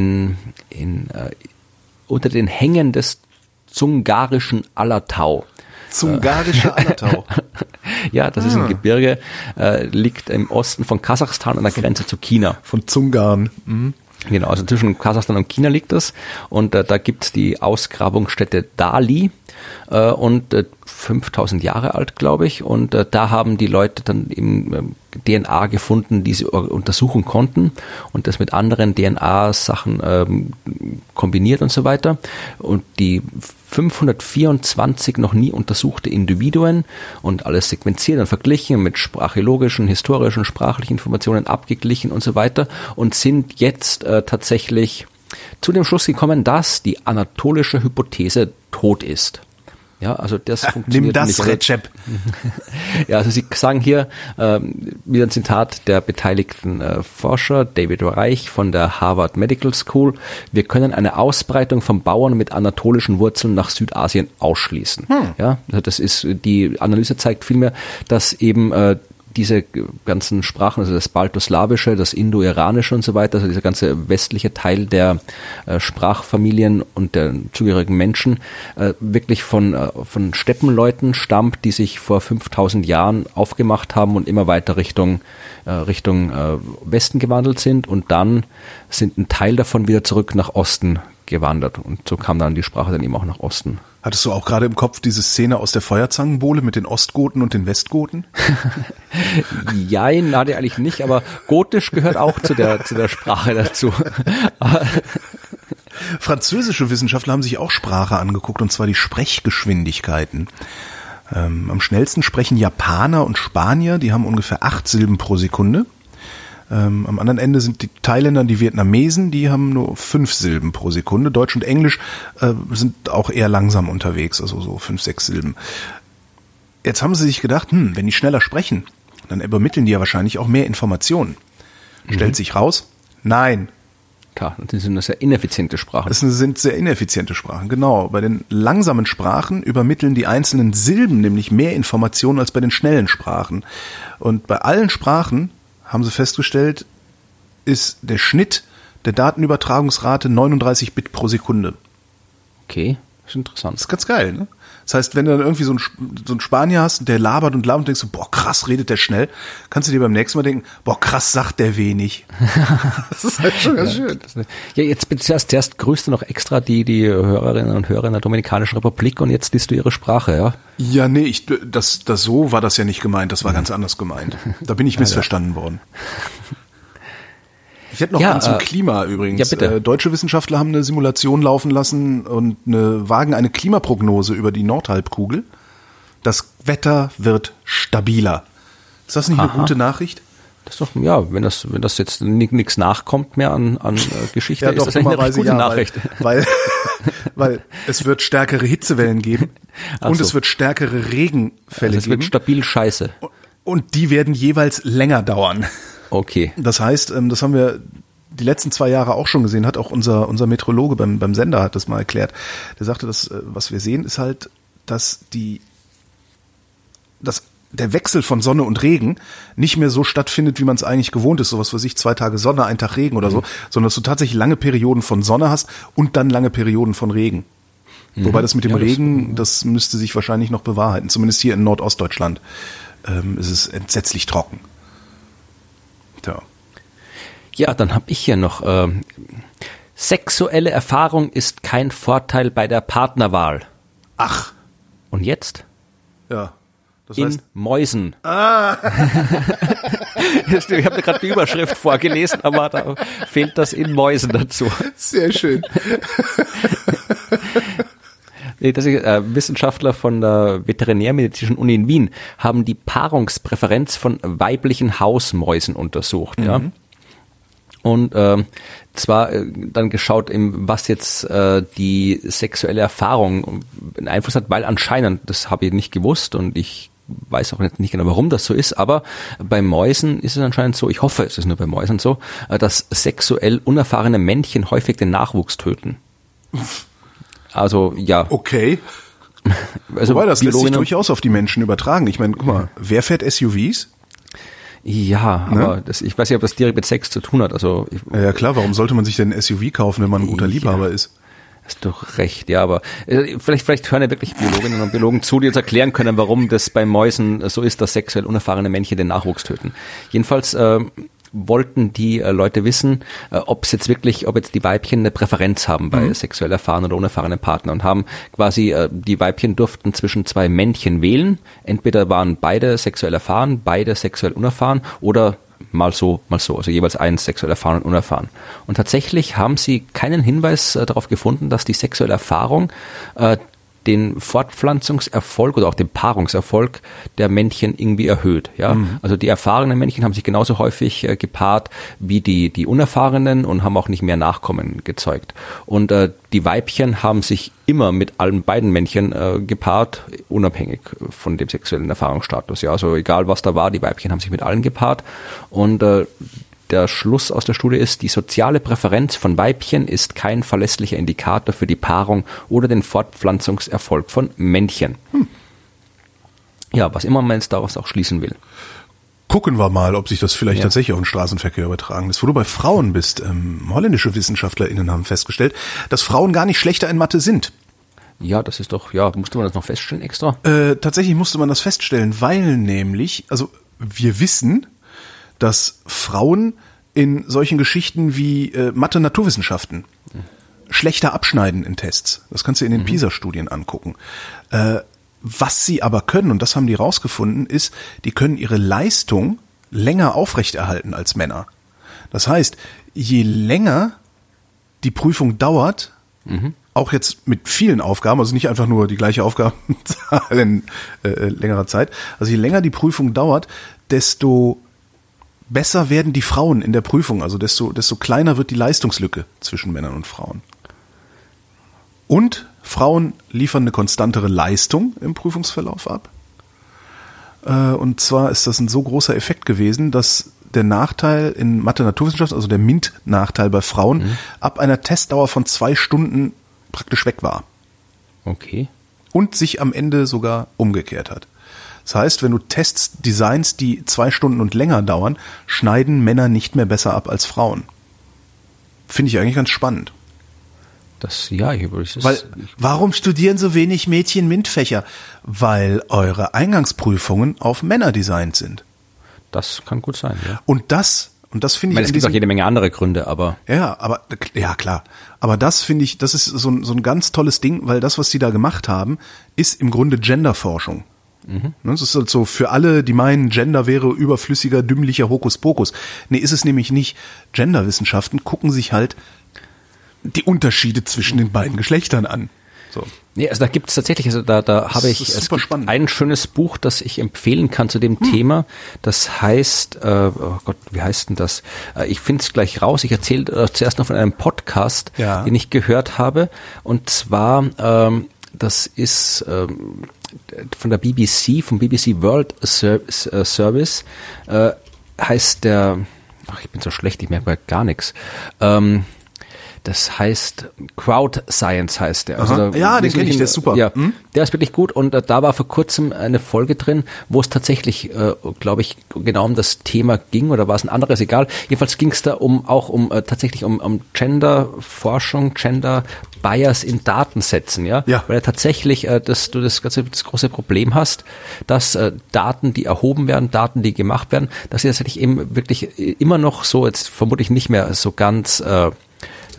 unter den Hängen des Zungarischen Allertau.
Zungarische Allertau.
Ja, das ist ein Gebirge, liegt im Osten von Kasachstan an der Grenze zu China.
Von Zungarn. Mhm.
Genau, also zwischen Kasachstan und China liegt das. Und da gibt's die Ausgrabungsstätte Dali und 5000 Jahre alt, glaube ich. Und da haben die Leute dann eben DNA gefunden, die sie untersuchen konnten und das mit anderen DNA-Sachen kombiniert und so weiter. Und die 524 noch nie untersuchte Individuen und alles sequenziert und verglichen, mit archäologischen, historischen, sprachlichen Informationen abgeglichen und so weiter und sind jetzt tatsächlich zu dem Schluss gekommen, dass die anatolische Hypothese tot ist. Ja, also das funktioniert
nimm
nicht.
Das, Recep.
Ja, also Sie sagen hier wieder ein Zitat der beteiligten Forscher, David Reich von der Harvard Medical School: Wir können eine Ausbreitung von Bauern mit anatolischen Wurzeln nach Südasien ausschließen. Ja, also das ist, die Analyse zeigt vielmehr, dass eben diese ganzen Sprachen, also das Baltoslawische, das Indo-Iranische und so weiter, also dieser ganze westliche Teil der Sprachfamilien und der zugehörigen Menschen wirklich von Steppenleuten stammt, die sich vor 5000 Jahren aufgemacht haben und immer weiter Richtung Westen gewandelt sind, und dann sind ein Teil davon wieder zurück nach Osten gewandert, und so kam dann die Sprache dann eben auch nach Osten.
Hattest du auch gerade im Kopf diese Szene aus der Feuerzangenbowle mit den Ostgoten und den Westgoten?
Jein, hatte eigentlich nicht, aber Gotisch gehört auch zu der Sprache dazu.
Französische Wissenschaftler haben sich auch Sprache angeguckt, und zwar die Sprechgeschwindigkeiten. Am schnellsten sprechen Japaner und Spanier, die haben ungefähr 8 Silben pro Sekunde. Am anderen Ende sind die Thailänder, die Vietnamesen, die haben nur 5 Silben pro Sekunde. Deutsch und Englisch sind auch eher langsam unterwegs, also so 5, 6 Silben. Jetzt haben sie sich gedacht, wenn die schneller sprechen, dann übermitteln die ja wahrscheinlich auch mehr Informationen. Stellt sich raus, nein.
Klar, das sind sehr ineffiziente Sprachen.
Das sind sehr ineffiziente Sprachen, genau. Bei den langsamen Sprachen übermitteln die einzelnen Silben nämlich mehr Informationen als bei den schnellen Sprachen. Und bei allen Sprachen, haben sie festgestellt, ist der Schnitt der Datenübertragungsrate 39 Bit pro Sekunde.
Okay, das ist interessant.
Das ist ganz geil, ne? Das heißt, wenn du dann irgendwie so einen Spanier hast, der labert und denkst du, boah, krass, redet der schnell, kannst du dir beim nächsten Mal denken, boah, krass, sagt der wenig. Das ist halt schon ganz schön.
Ja, jetzt zuerst grüßt du noch extra die Hörerinnen und Hörer in der Dominikanischen Republik, und jetzt liest du ihre Sprache, ja? Ja,
nee, so war das ja nicht gemeint, das war ganz anders gemeint. Da bin ich missverstanden worden. Ich hätte noch einen zum Klima übrigens.
Ja, bitte.
Deutsche Wissenschaftler haben eine Simulation laufen lassen und wagen eine Klimaprognose über die Nordhalbkugel. Das Wetter wird stabiler. Ist das nicht eine gute Nachricht?
Das ist doch, ja, wenn das jetzt nichts nachkommt mehr an Geschichte,
ja,
ist
doch,
das eine gute Nachricht.
Weil es wird stärkere Hitzewellen geben und es wird stärkere Regenfälle geben.
Es wird stabil scheiße.
Und die werden jeweils länger dauern.
Okay.
Das heißt, das haben wir die letzten 2 Jahre auch schon gesehen, hat auch unser Meteorologe beim Sender hat das mal erklärt. Der sagte, dass was wir sehen, ist halt, dass der Wechsel von Sonne und Regen nicht mehr so stattfindet, wie man es eigentlich gewohnt ist. Sowas für sich 2 Tage Sonne, 1 Tag Regen oder so, sondern dass du tatsächlich lange Perioden von Sonne hast und dann lange Perioden von Regen. Wobei das mit dem Regen, das müsste sich wahrscheinlich noch bewahrheiten. Zumindest hier in Nordostdeutschland ist es entsetzlich trocken. Tja.
Ja, dann habe ich hier noch sexuelle Erfahrung ist kein Vorteil bei der Partnerwahl.
Ach.
Und jetzt?
Ja. Das
heißt, in Mäusen. Ah. Ich habe gerade die Überschrift vorgelesen, aber da fehlt das in Mäusen dazu.
Sehr schön.
Wissenschaftler von der Veterinärmedizinischen Uni in Wien haben die Paarungspräferenz von weiblichen Hausmäusen untersucht. Ja? Und zwar dann geschaut, was jetzt die sexuelle Erfahrung einen Einfluss hat, weil anscheinend, das habe ich nicht gewusst und ich weiß auch nicht genau, warum das so ist, aber bei Mäusen ist es anscheinend so, ich hoffe, es ist nur bei Mäusen so, dass sexuell unerfahrene Männchen häufig den Nachwuchs töten. Also, ja.
Okay.
Also,
wobei, das lässt sich durchaus auf die Menschen übertragen. Ich meine, guck mal, wer fährt SUVs?
Ja,
Ne?
aber ich weiß nicht, ob das direkt mit Sex zu tun hat. Also
Ja klar, warum sollte man sich denn ein SUV kaufen, wenn man ein guter Liebhaber ist?
Hast doch recht, ja, aber vielleicht hören ja wirklich Biologinnen und Biologen zu, die uns erklären können, warum das bei Mäusen so ist, dass sexuell unerfahrene Männchen den Nachwuchs töten. Jedenfalls wollten die Leute wissen, ob jetzt die Weibchen eine Präferenz haben bei sexuell erfahrenen oder unerfahrenen Partnern und haben quasi, die Weibchen durften zwischen zwei Männchen wählen. Entweder waren beide sexuell erfahren, beide sexuell unerfahren oder mal so, also jeweils eins sexuell erfahren und unerfahren. Und tatsächlich haben sie keinen Hinweis darauf gefunden, dass die sexuelle Erfahrung den Fortpflanzungserfolg oder auch den Paarungserfolg der Männchen irgendwie erhöht. Ja? Also die erfahrenen Männchen haben sich genauso häufig gepaart wie die unerfahrenen und haben auch nicht mehr Nachkommen gezeugt. Und die Weibchen haben sich immer mit allen beiden Männchen gepaart, unabhängig von dem sexuellen Erfahrungsstatus. Ja? Also egal was da war, die Weibchen haben sich mit allen gepaart. Und der Schluss aus der Studie ist, die soziale Präferenz von Weibchen ist kein verlässlicher Indikator für die Paarung oder den Fortpflanzungserfolg von Männchen. Ja, was immer man jetzt daraus auch schließen will.
Gucken wir mal, ob sich das vielleicht tatsächlich auf den Straßenverkehr übertragen lässt. Wo du bei Frauen bist, holländische WissenschaftlerInnen haben festgestellt, dass Frauen gar nicht schlechter in Mathe sind.
Ja, das ist doch, musste man das noch feststellen extra?
Tatsächlich musste man das feststellen, weil nämlich, also wir wissen, dass Frauen in solchen Geschichten wie Mathe-Naturwissenschaften schlechter abschneiden in Tests. Das kannst du in den PISA-Studien angucken. Was sie aber können, und das haben die rausgefunden, ist, die können ihre Leistung länger aufrechterhalten als Männer. Das heißt, je länger die Prüfung dauert, auch jetzt mit vielen Aufgaben, also nicht einfach nur die gleiche Aufgabenzahl in längerer Zeit, also je länger die Prüfung dauert, desto besser werden die Frauen in der Prüfung, also desto kleiner wird die Leistungslücke zwischen Männern und Frauen. Und Frauen liefern eine konstantere Leistung im Prüfungsverlauf ab. Und zwar ist das ein so großer Effekt gewesen, dass der Nachteil in Mathe-Naturwissenschaft, also der MINT-Nachteil bei Frauen, ab einer Testdauer von 2 Stunden praktisch weg war.
Okay.
Und sich am Ende sogar umgekehrt hat. Das heißt, wenn du Tests designst, die 2 Stunden und länger dauern, schneiden Männer nicht mehr besser ab als Frauen. Finde ich eigentlich ganz spannend. Warum studieren so wenig Mädchen MINT-Fächer? Weil eure Eingangsprüfungen auf Männer designt sind.
Das kann gut sein, ja.
Und das finde ich.
Es gibt auch jede Menge andere Gründe, aber.
Ja, klar. Aber das finde ich, das ist so ein ganz tolles Ding, weil das, was die da gemacht haben, ist im Grunde Genderforschung. Das ist halt so für alle, die meinen, Gender wäre überflüssiger, dümmlicher Hokuspokus. Nee, ist es nämlich nicht. Genderwissenschaften gucken sich halt die Unterschiede zwischen den beiden Geschlechtern an. So.
Nee, also da gibt es tatsächlich, also da habe ich ein schönes Buch, das ich empfehlen kann zu dem Thema. Das heißt, oh Gott, wie heißt denn das? Ich finde es gleich raus. Ich erzähle zuerst noch von einem Podcast, den ich gehört habe. Und zwar, das ist von der BBC, vom BBC World Service, heißt der, ich bin so schlecht, ich merke mal gar nichts. Das heißt, Crowd Science heißt der. Also
ja, den kenne ich, der ist super.
Ja, der ist wirklich gut und da war vor kurzem eine Folge drin, wo es tatsächlich, glaube ich, genau um das Thema ging oder war es ein anderes, egal. Jedenfalls ging es da tatsächlich um Gender-Forschung, Gender-Bias in Datensätzen, ja. Weil tatsächlich du das große Problem hast, dass Daten, die erhoben werden, Daten, die gemacht werden, dass sie tatsächlich eben wirklich immer noch so, jetzt vermutlich nicht mehr so ganz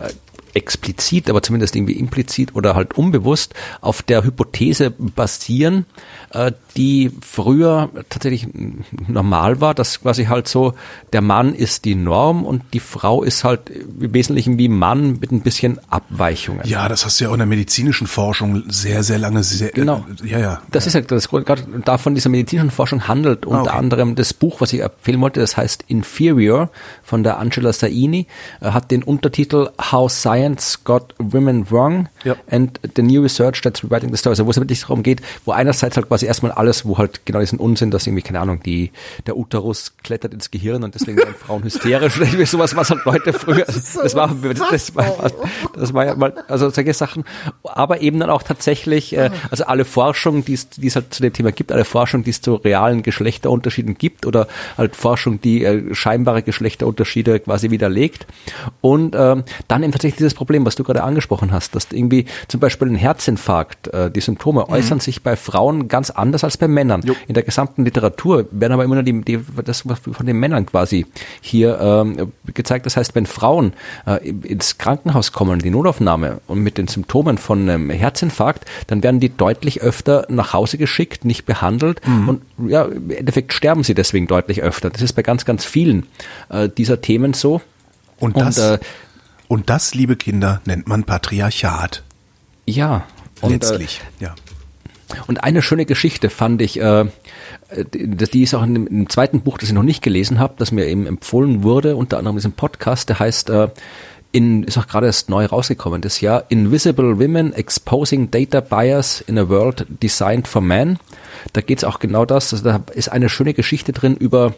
explizit, aber zumindest irgendwie implizit oder halt unbewusst auf der Hypothese basieren, die früher tatsächlich normal war, dass quasi halt so, der Mann ist die Norm und die Frau ist halt im Wesentlichen wie Mann mit ein bisschen Abweichungen.
Ja, das hast du ja auch in der medizinischen Forschung sehr, sehr lange,
genau. Das ist ja das, gerade davon dieser medizinischen Forschung handelt unter anderem das Buch, was ich empfehlen wollte, das heißt Inferior von der Angela Saini, hat den Untertitel How Science Got Women Wrong and the New Research That's Rewriting the Story, also wo es wirklich darum geht, wo einerseits halt quasi erstmal alles, wo halt genau diesen Unsinn, dass irgendwie, keine Ahnung, der Uterus klettert ins Gehirn und deswegen werden Frauen hysterisch, sowas, was halt Leute früher, das war ja mal, also solche Sachen, aber eben dann auch tatsächlich, also alle Forschung, die es halt zu dem Thema gibt, alle Forschung, die es zu realen Geschlechterunterschieden gibt oder halt Forschung, die scheinbare Geschlechterunterschiede quasi widerlegt und dann eben tatsächlich dieses Problem, was du gerade angesprochen hast, dass irgendwie zum Beispiel ein Herzinfarkt, die Symptome äußern sich bei Frauen ganz anders als bei Männern. In der gesamten Literatur werden aber immer nur das von den Männern quasi hier gezeigt. Das heißt, wenn Frauen ins Krankenhaus kommen, in die Notaufnahme und mit den Symptomen von einem Herzinfarkt, dann werden die deutlich öfter nach Hause geschickt, nicht behandelt und ja, im Endeffekt sterben sie deswegen deutlich öfter. Das ist bei ganz, ganz vielen dieser Themen so.
Und das, liebe Kinder, nennt man Patriarchat.
Ja.
Letztlich, ja.
Und eine schöne Geschichte fand ich, die ist auch in dem zweiten Buch, das ich noch nicht gelesen habe, das mir eben empfohlen wurde, unter anderem in diesem Podcast, der heißt, ist auch gerade erst neu rausgekommen das Jahr, Invisible Women Exposing Data Bias in a World Designed for Men. Da geht es auch genau das, also da ist eine schöne Geschichte drin über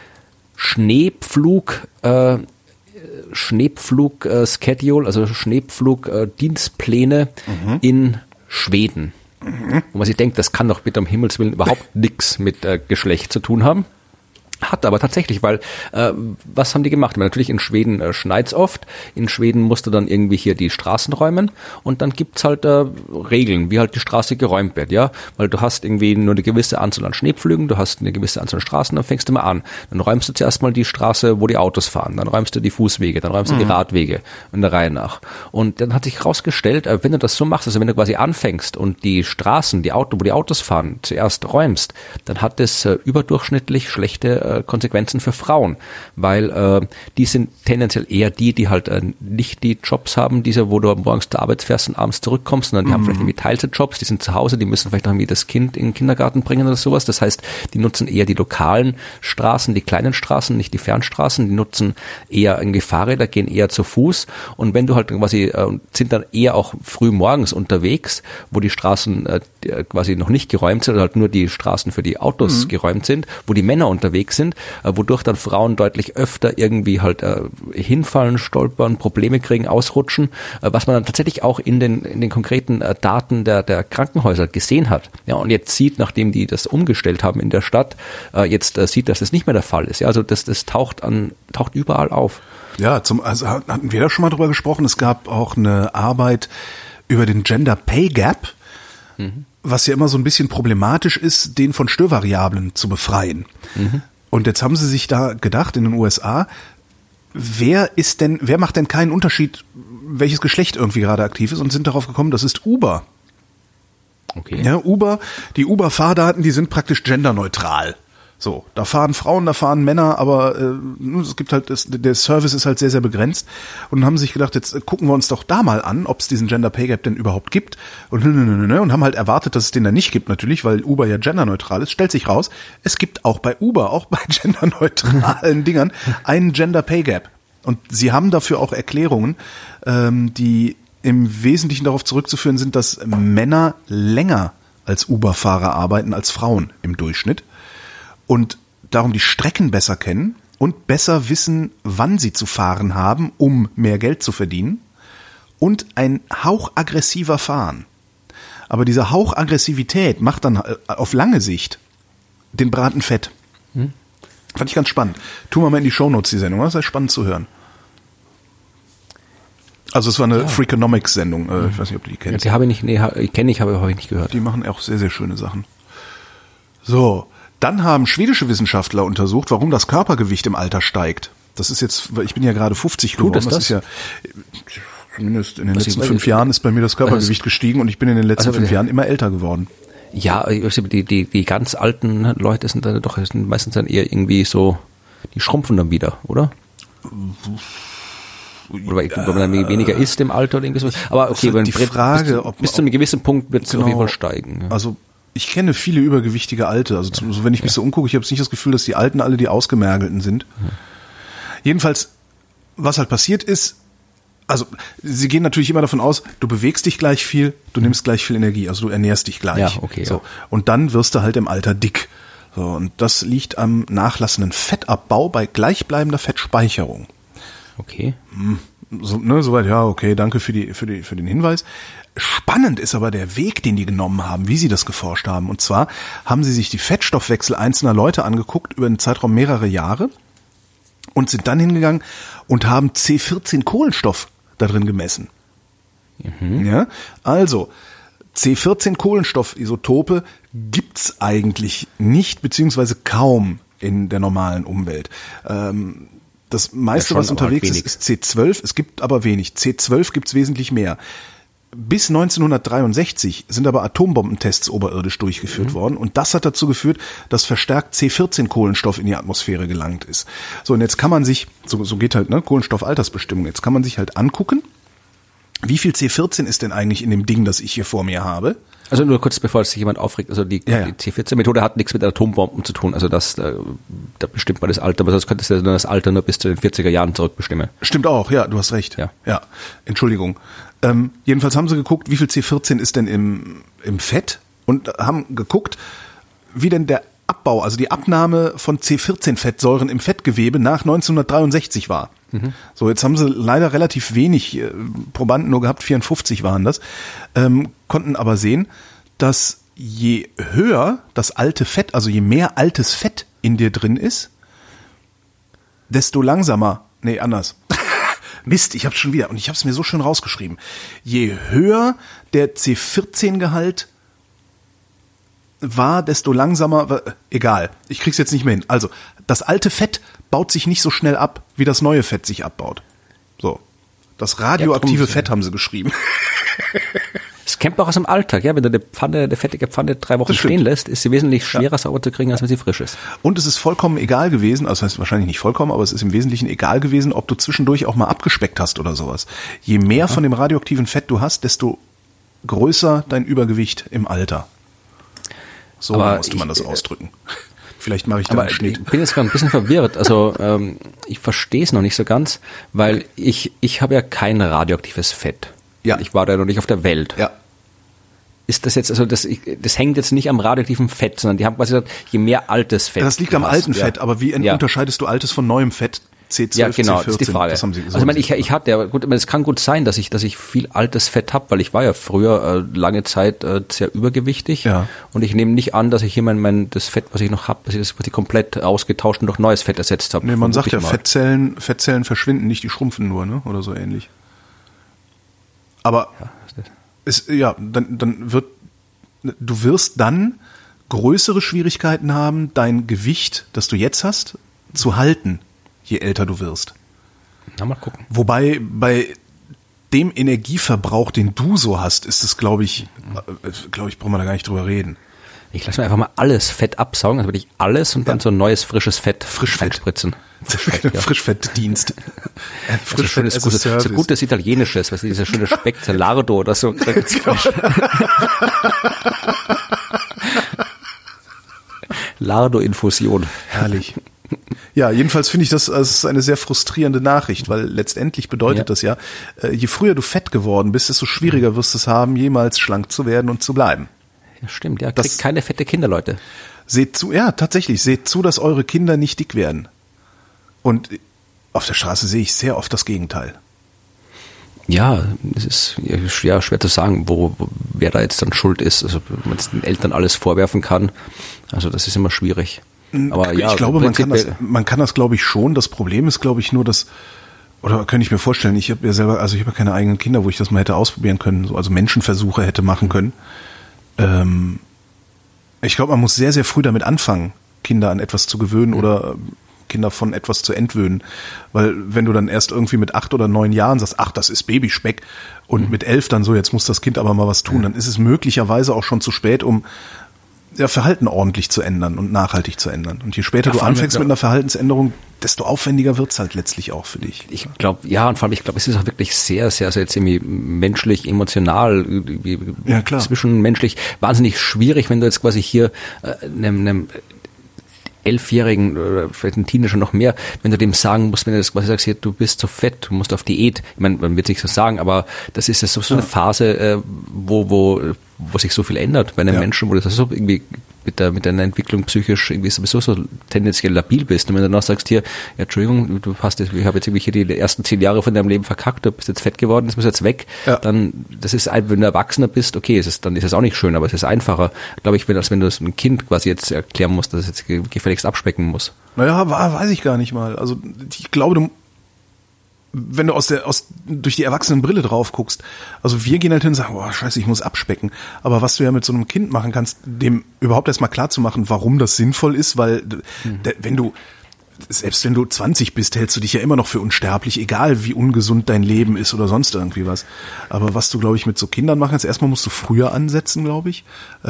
Schneepflug-Schedule, also Schneepflug-Dienstpläne in Schweden. Wo man sich denkt, das kann doch bitte um Himmels Willen überhaupt nichts mit Geschlecht zu tun haben. Hat aber tatsächlich, weil was haben die gemacht? Weil natürlich in Schweden schneit's oft. In Schweden musst du dann irgendwie hier die Straßen räumen und dann gibt's halt Regeln, wie halt die Straße geräumt wird, ja. Weil du hast irgendwie nur eine gewisse Anzahl an Schneepflügen, du hast eine gewisse Anzahl an Straßen, dann fängst du mal an. Dann räumst du zuerst mal die Straße, wo die Autos fahren, dann räumst du die Fußwege, dann räumst du die Radwege in der Reihe nach. Und dann hat sich herausgestellt, wenn du das so machst, also wenn du quasi anfängst und die Straßen, wo die Autos fahren, zuerst räumst, dann hat es überdurchschnittlich schlechte Konsequenzen für Frauen, weil die sind tendenziell eher die halt nicht die Jobs haben, wo du morgens zur Arbeit fährst und abends zurückkommst, sondern die haben vielleicht irgendwie Teilzeitjobs, die sind zu Hause, die müssen vielleicht noch irgendwie das Kind in den Kindergarten bringen oder sowas. Das heißt, die nutzen eher die lokalen Straßen, die kleinen Straßen, nicht die Fernstraßen, die nutzen eher irgendwie Fahrräder, gehen eher zu Fuß und wenn du halt quasi sind dann eher auch früh morgens unterwegs, wo die Straßen quasi noch nicht geräumt sind oder halt nur die Straßen für die Autos geräumt sind, wo die Männer unterwegs sind, wodurch dann Frauen deutlich öfter irgendwie halt hinfallen, stolpern, Probleme kriegen, ausrutschen, was man dann tatsächlich auch in den konkreten Daten der Krankenhäuser gesehen hat. Ja, und jetzt sieht, nachdem die das umgestellt haben in der Stadt, sieht, dass das nicht mehr der Fall ist. Ja, also das taucht überall auf.
Ja, also hatten wir da schon mal drüber gesprochen. Es gab auch eine Arbeit über den Gender Pay Gap, was ja immer so ein bisschen problematisch ist, den von Störvariablen zu befreien. Und jetzt haben sie sich da gedacht in den USA, wer macht denn keinen Unterschied, welches Geschlecht irgendwie gerade aktiv ist und sind darauf gekommen, das ist Uber.
Okay.
Ja, die Uber-Fahrdaten, die sind praktisch genderneutral. So, da fahren Frauen, da fahren Männer, aber es gibt halt der Service ist halt sehr, sehr begrenzt und haben sich gedacht, jetzt gucken wir uns doch da mal an, ob es diesen Gender Pay Gap denn überhaupt gibt und haben halt erwartet, dass es den da nicht gibt natürlich, weil Uber ja genderneutral ist. Stellt sich raus, es gibt auch bei Uber, auch bei genderneutralen Dingern einen Gender Pay Gap und sie haben dafür auch Erklärungen, die im Wesentlichen darauf zurückzuführen sind, dass Männer länger als Uber-Fahrer arbeiten als Frauen im Durchschnitt. Und darum die Strecken besser kennen und besser wissen, wann sie zu fahren haben, um mehr Geld zu verdienen und ein Hauch aggressiver fahren. Aber diese Hauchaggressivität macht dann auf lange Sicht den Braten fett. Fand ich ganz spannend. Tun wir mal in die Shownotes die Sendung, das ist spannend zu hören. Also es war eine Freakonomics-Sendung, ich weiß nicht, ob du die kennst.
Die habe ich nicht, kenne ich, habe ich nicht gehört.
Die machen auch sehr, sehr schöne Sachen. So. Dann haben schwedische Wissenschaftler untersucht, warum das Körpergewicht im Alter steigt. Das ist jetzt, ich bin ja gerade 50 geworden.
Das ist ja,
Zumindest in den letzten 5 Jahren ist bei mir das Körpergewicht gestiegen und ich bin in den letzten 5 Jahren immer älter geworden.
Ja, die ganz alten Leute sind dann doch meistens dann eher irgendwie so, die schrumpfen dann wieder, oder? Oder wenn man dann weniger isst im Alter oder irgendwie so. Aber okay,
die Frage,
bis zu einem gewissen Punkt wird es auf jeden Fall steigen. Ja.
Also ich kenne viele übergewichtige Alte. Also wenn ich mich so umgucke, ich habe nicht das Gefühl, dass die Alten alle die Ausgemergelten sind. Ja. Jedenfalls, was halt passiert ist, also sie gehen natürlich immer davon aus, du bewegst dich gleich viel, du nimmst gleich viel Energie, also du ernährst dich gleich.
Ja, okay.
So.
Ja.
Und dann wirst du halt im Alter dick. So, und das liegt am nachlassenden Fettabbau bei gleichbleibender Fettspeicherung.
Okay.
Soweit, ja, okay, danke für den Hinweis. Spannend ist aber der Weg, den die genommen haben, wie sie das geforscht haben. Und zwar haben sie sich die Fettstoffwechsel einzelner Leute angeguckt über einen Zeitraum mehrerer Jahre und sind dann hingegangen und haben C14 Kohlenstoff da drin gemessen. Ja, also C14 Kohlenstoffisotope gibt's eigentlich nicht, beziehungsweise kaum in der normalen Umwelt. Das meiste, was unterwegs ist C12, es gibt aber wenig. C12 gibt's wesentlich mehr. Bis 1963 sind aber Atombombentests oberirdisch durchgeführt worden und das hat dazu geführt, dass verstärkt C14 Kohlenstoff in die Atmosphäre gelangt ist. So, und jetzt kann man sich, so geht halt, Kohlenstoffaltersbestimmung, jetzt kann man sich halt angucken, wie viel C14 ist denn eigentlich in dem Ding, das ich hier vor mir habe?
Also nur kurz, bevor sich jemand aufregt, also die C14-Methode hat nichts mit Atombomben zu tun, also da bestimmt man das Alter, aber sonst könntest du das Alter nur bis zu den 40er Jahren zurückbestimmen. Stimmt auch, ja, du hast recht. Ja. Entschuldigung. Jedenfalls haben sie geguckt, wie viel C14 ist denn im Fett und haben geguckt, wie denn der Abbau, also die Abnahme von C14-Fettsäuren im Fettgewebe nach 1963 war. So, jetzt haben sie leider relativ wenig Probanden nur gehabt, 54 waren das, konnten aber sehen, dass je höher das alte Fett, also je mehr altes Fett in dir drin ist, desto langsamer, anders. Mist, ich hab's schon wieder und ich hab's mir so schön rausgeschrieben. Je höher der C14-Gehalt war, desto langsamer, egal, ich krieg's jetzt nicht mehr hin. Also, das alte Fett baut sich nicht so schnell ab, wie das neue Fett sich abbaut. So. Das radioaktive Fett haben sie geschrieben. Das kennt man auch aus dem Alltag, ja. Wenn du eine fettige Pfanne 3 Wochen stehen lässt, ist sie wesentlich schwerer sauber zu kriegen, als wenn sie frisch ist. Und
es ist vollkommen egal gewesen, also das heißt wahrscheinlich nicht vollkommen, aber es ist im Wesentlichen egal gewesen, ob du zwischendurch auch mal abgespeckt hast oder sowas. Je mehr von dem radioaktiven Fett du hast, desto größer dein Übergewicht im Alter. So musste man das ausdrücken. Vielleicht mache ich da einen Schnitt.
Ich bin jetzt gerade ein bisschen verwirrt. Also ich verstehe es noch nicht so ganz, weil ich habe ja kein radioaktives Fett. Ja. Ich war da noch nicht auf der Welt. Ja. Ist das jetzt, also das hängt jetzt nicht am radioaktiven Fett, sondern die haben quasi gesagt, je mehr altes Fett.
Das liegt am alten Fett, aber wie unterscheidest du altes von neuem Fett? C12,
ja, genau,
C14,
das ist die Frage.
Das haben sie so
also ich hatte ja, gut, es kann gut sein, dass ich viel altes Fett habe, weil ich war ja früher lange Zeit sehr übergewichtig und ich nehme nicht an, dass ich hier das Fett, was ich noch habe, dass ich komplett ausgetauscht und durch neues Fett ersetzt habe.
Nee, man sagt ja, Fettzellen verschwinden nicht, die schrumpfen nur, ne, oder so ähnlich. Aber du wirst dann größere Schwierigkeiten haben, dein Gewicht, das du jetzt hast, zu halten, je älter du wirst.
Na, mal gucken.
Wobei bei dem Energieverbrauch, den du so hast, ist es, glaube ich, brauchen wir da gar nicht drüber reden.
Ich lasse mir einfach mal alles Fett absaugen, also wirklich alles und dann so ein neues frisches Fett einspritzen.
Frischfettdienst.
Frischfett ist so gutes Italienisches, weißt du, dieser schöne Speck, Lardo oder so. Lardo-Infusion.
Herrlich. Ja, jedenfalls finde ich das als eine sehr frustrierende Nachricht, weil letztendlich bedeutet das ja, je früher du fett geworden bist, desto schwieriger wirst du es haben, jemals schlank zu werden und zu bleiben.
Ja, stimmt, ja, kriegt keine fette Kinder, Leute.
Seht zu, dass eure Kinder nicht dick werden. Und auf der Straße sehe ich sehr oft das Gegenteil.
Ja, es ist schwer zu sagen, wer da jetzt dann schuld ist, also wenn man den Eltern alles vorwerfen kann. Also das ist immer schwierig. Aber ja, ich glaube, man kann das, glaube ich, schon. Das Problem ist, glaube ich, nur, oder kann ich mir vorstellen, ich habe ja keine eigenen Kinder, wo ich das mal hätte ausprobieren können, also Menschenversuche hätte machen können. Ich glaube, man muss sehr, sehr früh damit anfangen, Kinder an etwas zu gewöhnen oder
Kinder von etwas zu entwöhnen. Weil wenn du dann erst irgendwie mit 8 oder 9 Jahren sagst, ach, das ist Babyspeck, und mit 11 dann so, jetzt muss das Kind aber mal was tun, dann ist es möglicherweise auch schon zu spät, um Verhalten ordentlich zu ändern und nachhaltig zu ändern. Und je später du anfängst mit einer Verhaltensänderung, desto aufwendiger wird's halt letztlich auch für dich.
Ich glaube, ja, und vor allem, ich glaube, es ist auch wirklich sehr, sehr, sehr jetzt irgendwie menschlich, emotional, zwischenmenschlich wahnsinnig schwierig, wenn du jetzt quasi hier einem 11-Jährigen oder vielleicht ein Teenager noch mehr, wenn du dem sagen musst, wenn du das quasi sagst, hier, du bist zu fett, du musst auf Diät. Ich meine, man wird sich so sagen, aber das ist ja so eine Phase, wo sich so viel ändert bei einem Menschen, wo du so irgendwie mit deiner Entwicklung psychisch irgendwie sowieso so tendenziell labil bist. Und wenn du dann auch sagst, hier, ja, Entschuldigung, ich habe jetzt irgendwie hier die ersten 10 Jahre von deinem Leben verkackt, du bist jetzt fett geworden, das muss jetzt weg, dann, das ist, wenn du Erwachsener bist, okay, dann ist es auch nicht schön, aber es ist einfacher, glaube ich, als wenn du es einem Kind quasi jetzt erklären musst, dass es jetzt gefälligst abspecken muss.
Naja, weiß ich gar nicht mal. Also, ich glaube, wenn du durch die Erwachsenenbrille drauf guckst, also wir gehen halt hin und sagen, boah, scheiße, ich muss abspecken. Aber was du ja mit so einem Kind machen kannst, dem überhaupt erstmal klar zu machen, warum das sinnvoll ist, weil selbst wenn du 20 bist, hältst du dich ja immer noch für unsterblich, egal wie ungesund dein Leben ist oder sonst irgendwie was. Aber was du, glaube ich, mit so Kindern machen kannst, erstmal musst du früher ansetzen, glaube ich.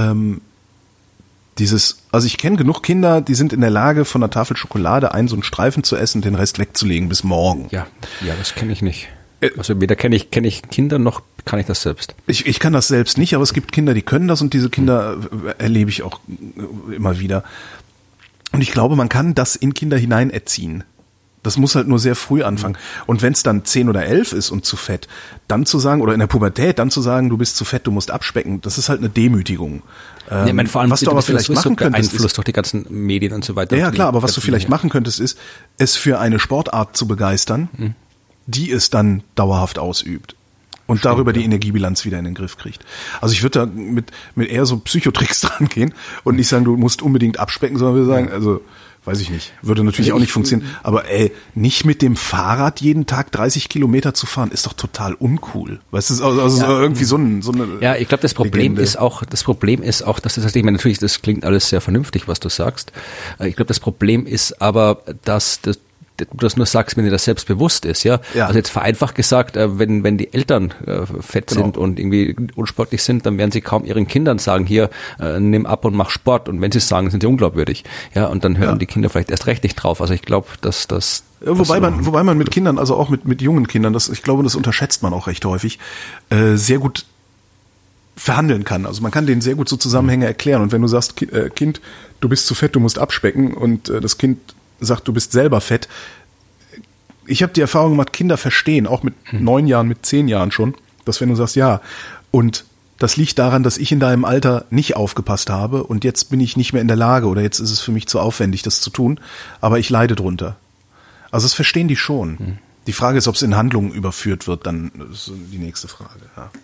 Also ich kenne genug Kinder, die sind in der Lage, von einer Tafel Schokolade so einen Streifen zu essen, den Rest wegzulegen bis morgen.
Ja, das kenne ich nicht. Also weder kenne ich Kinder, noch kann ich das selbst.
Ich kann das selbst nicht, aber es gibt Kinder, die können das, und diese Kinder erlebe ich auch immer wieder. Und ich glaube, man kann das in Kinder hinein erziehen. Das muss halt nur sehr früh anfangen. Und wenn es dann 10 oder 11 ist und zu fett, dann zu sagen, oder in der Pubertät, dann zu sagen, du bist zu fett, du musst abspecken, das ist halt eine Demütigung.
Vor allem,
was du aber vielleicht machen könntest,
Einfluss durch die ganzen Medien und so weiter.
Ja, klar, aber was du vielleicht machen könntest, ist, es für eine Sportart zu begeistern, die es dann dauerhaft ausübt. Und darüber die Energiebilanz wieder in den Griff kriegt. Also ich würde da mit eher so Psychotricks dran gehen und nicht sagen, du musst unbedingt abspecken, sondern wir sagen, also weiß ich nicht, würde natürlich auch nicht funktionieren. Aber nicht mit dem Fahrrad jeden Tag 30 Kilometer zu fahren, ist doch total uncool. Weißt du, also irgendwie so eine
Ja, ich glaube, das Problem ist auch, dass das, ich meine, natürlich, das klingt alles sehr vernünftig, was du sagst. Ich glaube, das Problem ist aber, dass du das nur sagst, wenn dir das selbst bewusst ist, ja. Also jetzt vereinfacht gesagt, wenn die Eltern fett sind und irgendwie unsportlich sind, dann werden sie kaum ihren Kindern sagen, hier, nimm ab und mach Sport. Und wenn sie es sagen, sind sie unglaubwürdig. Ja, und dann hören die Kinder vielleicht erst recht nicht drauf. Also ich glaube, dass das...
Wobei man mit Kindern, also auch mit jungen Kindern, ich glaube, das unterschätzt man auch recht häufig, sehr gut verhandeln kann. Also man kann denen sehr gut so Zusammenhänge erklären. Und wenn du sagst, Kind, du bist zu fett, du musst abspecken, und das Kind sagt, du bist selber fett. Ich habe die Erfahrung gemacht, Kinder verstehen, auch mit 9 Jahren, mit 10 Jahren schon, dass wenn du sagst, ja, und das liegt daran, dass ich in deinem Alter nicht aufgepasst habe und jetzt bin ich nicht mehr in der Lage oder jetzt ist es für mich zu aufwendig, das zu tun, aber ich leide drunter. Also das verstehen die schon. Die Frage ist, ob es in Handlungen überführt wird, dann ist die nächste Frage.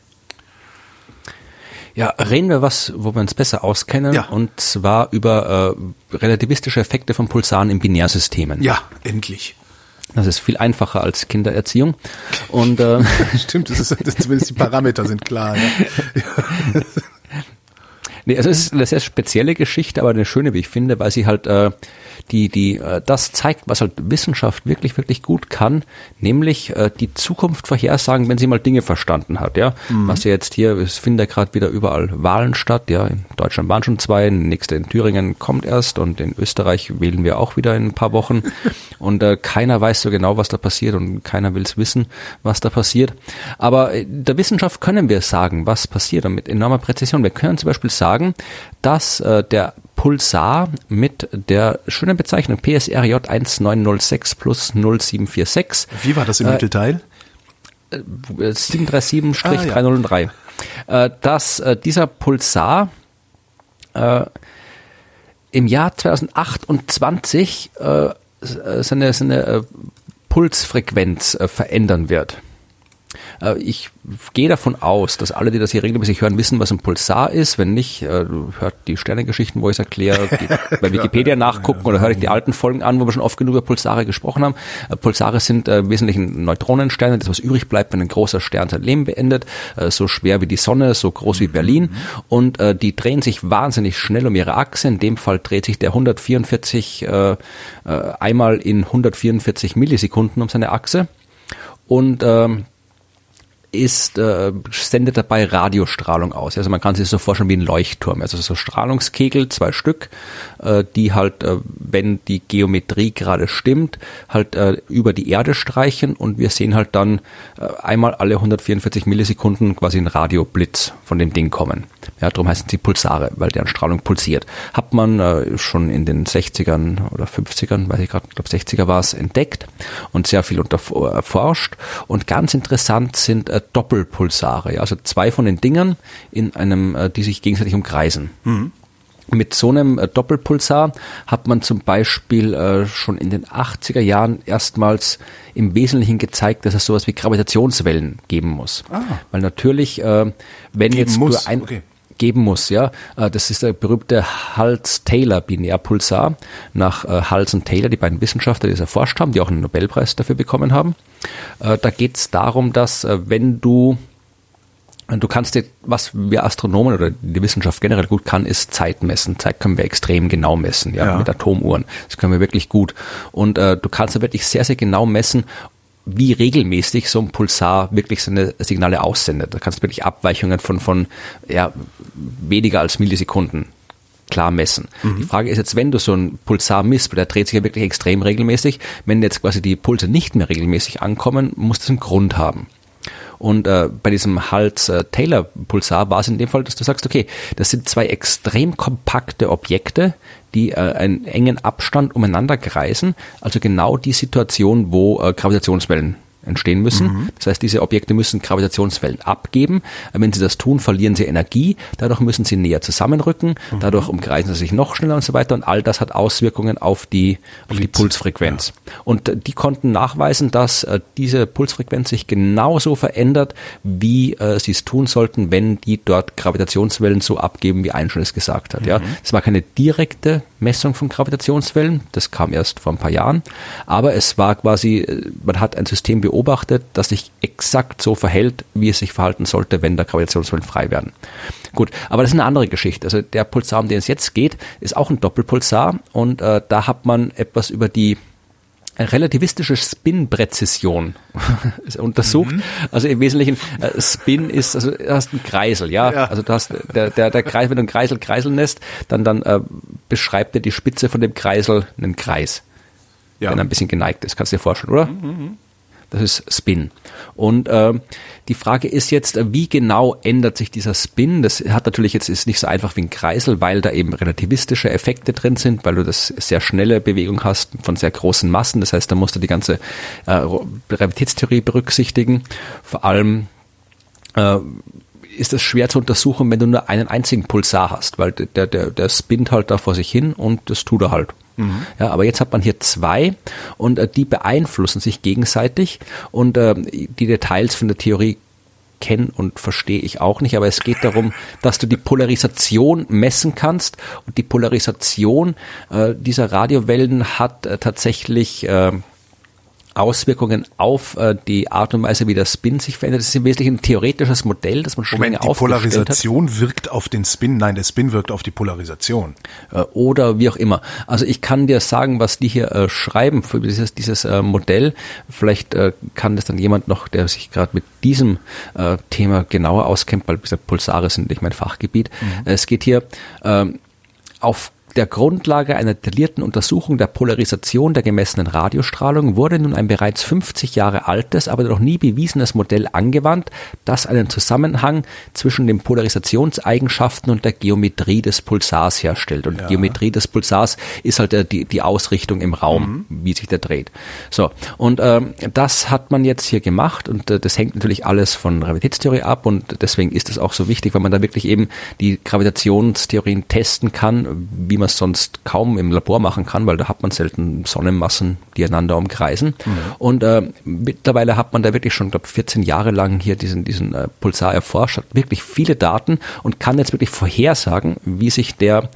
Ja, reden wir wo wir uns besser auskennen, und zwar über relativistische Effekte von Pulsaren in Binärsystemen.
Ja, endlich.
Das ist viel einfacher als Kindererziehung. Und
stimmt, zumindest die Parameter sind klar. Ja.
Nee, also es ist eine sehr spezielle Geschichte, aber eine schöne, wie ich finde, weil sie halt das zeigt, was halt Wissenschaft wirklich, wirklich gut kann, nämlich die Zukunft vorhersagen, wenn sie mal Dinge verstanden hat, ja. Was ja jetzt hier, es finden ja gerade wieder überall Wahlen statt, ja. In Deutschland waren schon 2, nächste in Thüringen kommt erst und in Österreich wählen wir auch wieder in ein paar Wochen und keiner weiß so genau, was da passiert und keiner will es wissen, was da passiert. Aber der Wissenschaft können wir sagen, was passiert und mit enormer Präzision. Wir können zum Beispiel sagen, dass der Pulsar mit der schönen Bezeichnung PSRJ 1906 plus 0746.
Wie war das im Mittelteil?
737-303. Dass dieser Pulsar im Jahr 2028 seine Pulsfrequenz verändern wird. Ich gehe davon aus, dass alle, die das hier regelmäßig hören, wissen, was ein Pulsar ist. Wenn nicht, hört die Sternengeschichten, wo ich es erkläre, bei Wikipedia nachgucken oder hört euch die alten Folgen an, wo wir schon oft genug über Pulsare gesprochen haben. Pulsare sind im Wesentlichen Neutronensterne, das was übrig bleibt, wenn ein großer Stern sein Leben beendet, so schwer wie die Sonne, so groß wie Berlin, und die drehen sich wahnsinnig schnell um ihre Achse. In dem Fall dreht sich der 144 einmal in 144 Millisekunden um seine Achse und sendet dabei Radiostrahlung aus. Also man kann sich das so vorstellen wie ein Leuchtturm. Also so Strahlungskegel, 2 Stück, die halt, wenn die Geometrie gerade stimmt, halt über die Erde streichen, und wir sehen halt dann einmal alle 144 Millisekunden quasi einen Radioblitz von dem Ding kommen. Ja, darum heißen sie Pulsare, weil deren Strahlung pulsiert. Hat man schon in den 60ern oder 50ern, weiß ich gerade, ich glaube 60er war es, entdeckt und sehr viel erforscht. Und ganz interessant sind Doppelpulsare, ja, also 2 von den Dingern in einem, die sich gegenseitig umkreisen. Mhm. Mit so einem Doppelpulsar hat man zum Beispiel schon in den 80er Jahren erstmals im Wesentlichen gezeigt, dass es sowas wie Gravitationswellen geben muss. Weil natürlich, wenn geben jetzt muss. Nur ein... Okay. Geben muss, ja. Das ist der berühmte Hulse-Taylor-Binärpulsar nach Hulse und Taylor, die beiden Wissenschaftler, die es erforscht haben, die auch einen Nobelpreis dafür bekommen haben. Da geht es darum, dass wenn du kannst dir, was wir Astronomen oder die Wissenschaft generell gut kann, ist Zeit messen. Zeit können wir extrem genau messen, ja, mit Atomuhren. Das können wir wirklich gut. Und du kannst da wirklich sehr, sehr genau messen, wie regelmäßig so ein Pulsar wirklich seine Signale aussendet. Da kannst du wirklich Abweichungen von weniger als Millisekunden klar messen. Mhm. Die Frage ist jetzt, wenn du so ein Pulsar misst, weil der dreht sich ja wirklich extrem regelmäßig, wenn jetzt quasi die Pulse nicht mehr regelmäßig ankommen, muss das einen Grund haben. Und bei diesem Hulse-Taylor-Pulsar war es in dem Fall, dass du sagst, okay, das sind 2 extrem kompakte Objekte, die einen engen Abstand umeinander kreisen, also genau die Situation, wo Gravitationswellen entstehen müssen. Mhm. Das heißt, diese Objekte müssen Gravitationswellen abgeben. Wenn sie das tun, verlieren sie Energie. Dadurch müssen sie näher zusammenrücken. Dadurch umkreisen sie sich noch schneller und so weiter. Und all das hat Auswirkungen auf die Pulsfrequenz. Ja. Und die konnten nachweisen, dass diese Pulsfrequenz sich genauso verändert, wie sie es tun sollten, wenn die dort Gravitationswellen so abgeben, wie Einstein es gesagt hat. Mhm. Ja, es war keine direkte Messung von Gravitationswellen. Das kam erst vor ein paar Jahren. Aber es war quasi, man hat ein System beobachtet, das sich exakt so verhält, wie es sich verhalten sollte, wenn da Gravitationswellen frei werden. Gut, aber das ist eine andere Geschichte. Also der Pulsar, um den es jetzt geht, ist auch ein Doppelpulsar, und da hat man etwas über die relativistische Spin-Präzision untersucht. Mhm. Also im Wesentlichen, Spin ist, also du hast einen Kreisel, ja. Also du hast der Kreis, wenn du einen Kreisel lässt, dann beschreibt dir die Spitze von dem Kreisel einen Kreis. Ja. Wenn er ein bisschen geneigt ist, kannst du dir vorstellen, oder? Mhm. Das ist Spin. Und die Frage ist jetzt, wie genau ändert sich dieser Spin? Das hat natürlich jetzt, ist nicht so einfach wie ein Kreisel, weil da eben relativistische Effekte drin sind, weil du das sehr schnelle Bewegung hast von sehr großen Massen. Das heißt, da musst du die ganze Relativitätstheorie berücksichtigen. Vor allem ist es schwer zu untersuchen, wenn du nur einen einzigen Pulsar hast, weil der spinnt halt da vor sich hin und das tut er halt. Mhm. Ja, aber jetzt hat man hier 2 und die beeinflussen sich gegenseitig, und die Details von der Theorie kenne und verstehe ich auch nicht, aber es geht darum, dass du die Polarisation messen kannst, und die Polarisation dieser Radiowellen hat tatsächlich Auswirkungen auf die Art und Weise, wie der Spin sich verändert. Das ist im Wesentlichen ein theoretisches Modell, das man schon länger aufgestellt hat. Die
Polarisation wirkt auf den Spin, nein, der Spin wirkt auf die Polarisation.
Oder wie auch immer. Also ich kann dir sagen, was die hier schreiben für dieses Modell. Vielleicht kann das dann jemand noch, der sich gerade mit diesem Thema genauer auskennt, weil wie gesagt, Pulsare sind nicht mein Fachgebiet. Mhm. Es geht hier auf der Grundlage einer detaillierten Untersuchung der Polarisation der gemessenen Radiostrahlung wurde nun ein bereits 50 Jahre altes, aber noch nie bewiesenes Modell angewandt, das einen Zusammenhang zwischen den Polarisationseigenschaften und der Geometrie des Pulsars herstellt. Und die Geometrie des Pulsars ist halt die Ausrichtung im Raum, wie sich der dreht. So, und das hat man jetzt hier gemacht, und das hängt natürlich alles von Relativitätstheorie ab, und deswegen ist es auch so wichtig, weil man da wirklich eben die Gravitationstheorien testen kann, wie man es sonst kaum im Labor machen kann, weil da hat man selten Sonnenmassen, die einander umkreisen. Und mittlerweile hat man da wirklich schon, glaube 14 Jahre lang hier diesen Pulsar erforscht, hat wirklich viele Daten und kann jetzt wirklich vorhersagen, wie sich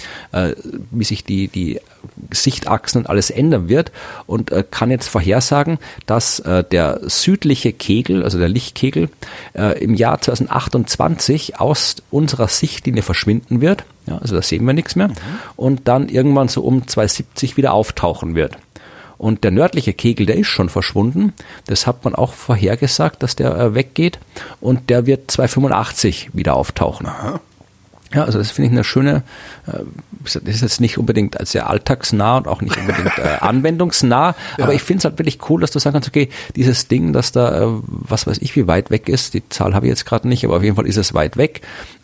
die Sichtachsen und alles ändern wird und kann jetzt vorhersagen, dass der südliche Kegel, also der Lichtkegel, im Jahr 2028 aus unserer Sichtlinie verschwinden wird. Ja, also da sehen wir nichts mehr. Und dann irgendwann so um 2070 wieder auftauchen wird. Und der nördliche Kegel, der ist schon verschwunden. Das hat man auch vorhergesagt, dass der weggeht. Und der wird 2085 wieder auftauchen.
Aha.
Ja, also das finde ich eine schöne, das ist jetzt nicht unbedingt sehr alltagsnah und auch nicht unbedingt anwendungsnah, aber ich finde es halt wirklich cool, dass du sagen kannst, okay, dieses Ding, dass da, was weiß ich, wie weit weg ist, die Zahl habe ich jetzt gerade nicht, aber auf jeden Fall ist es weit weg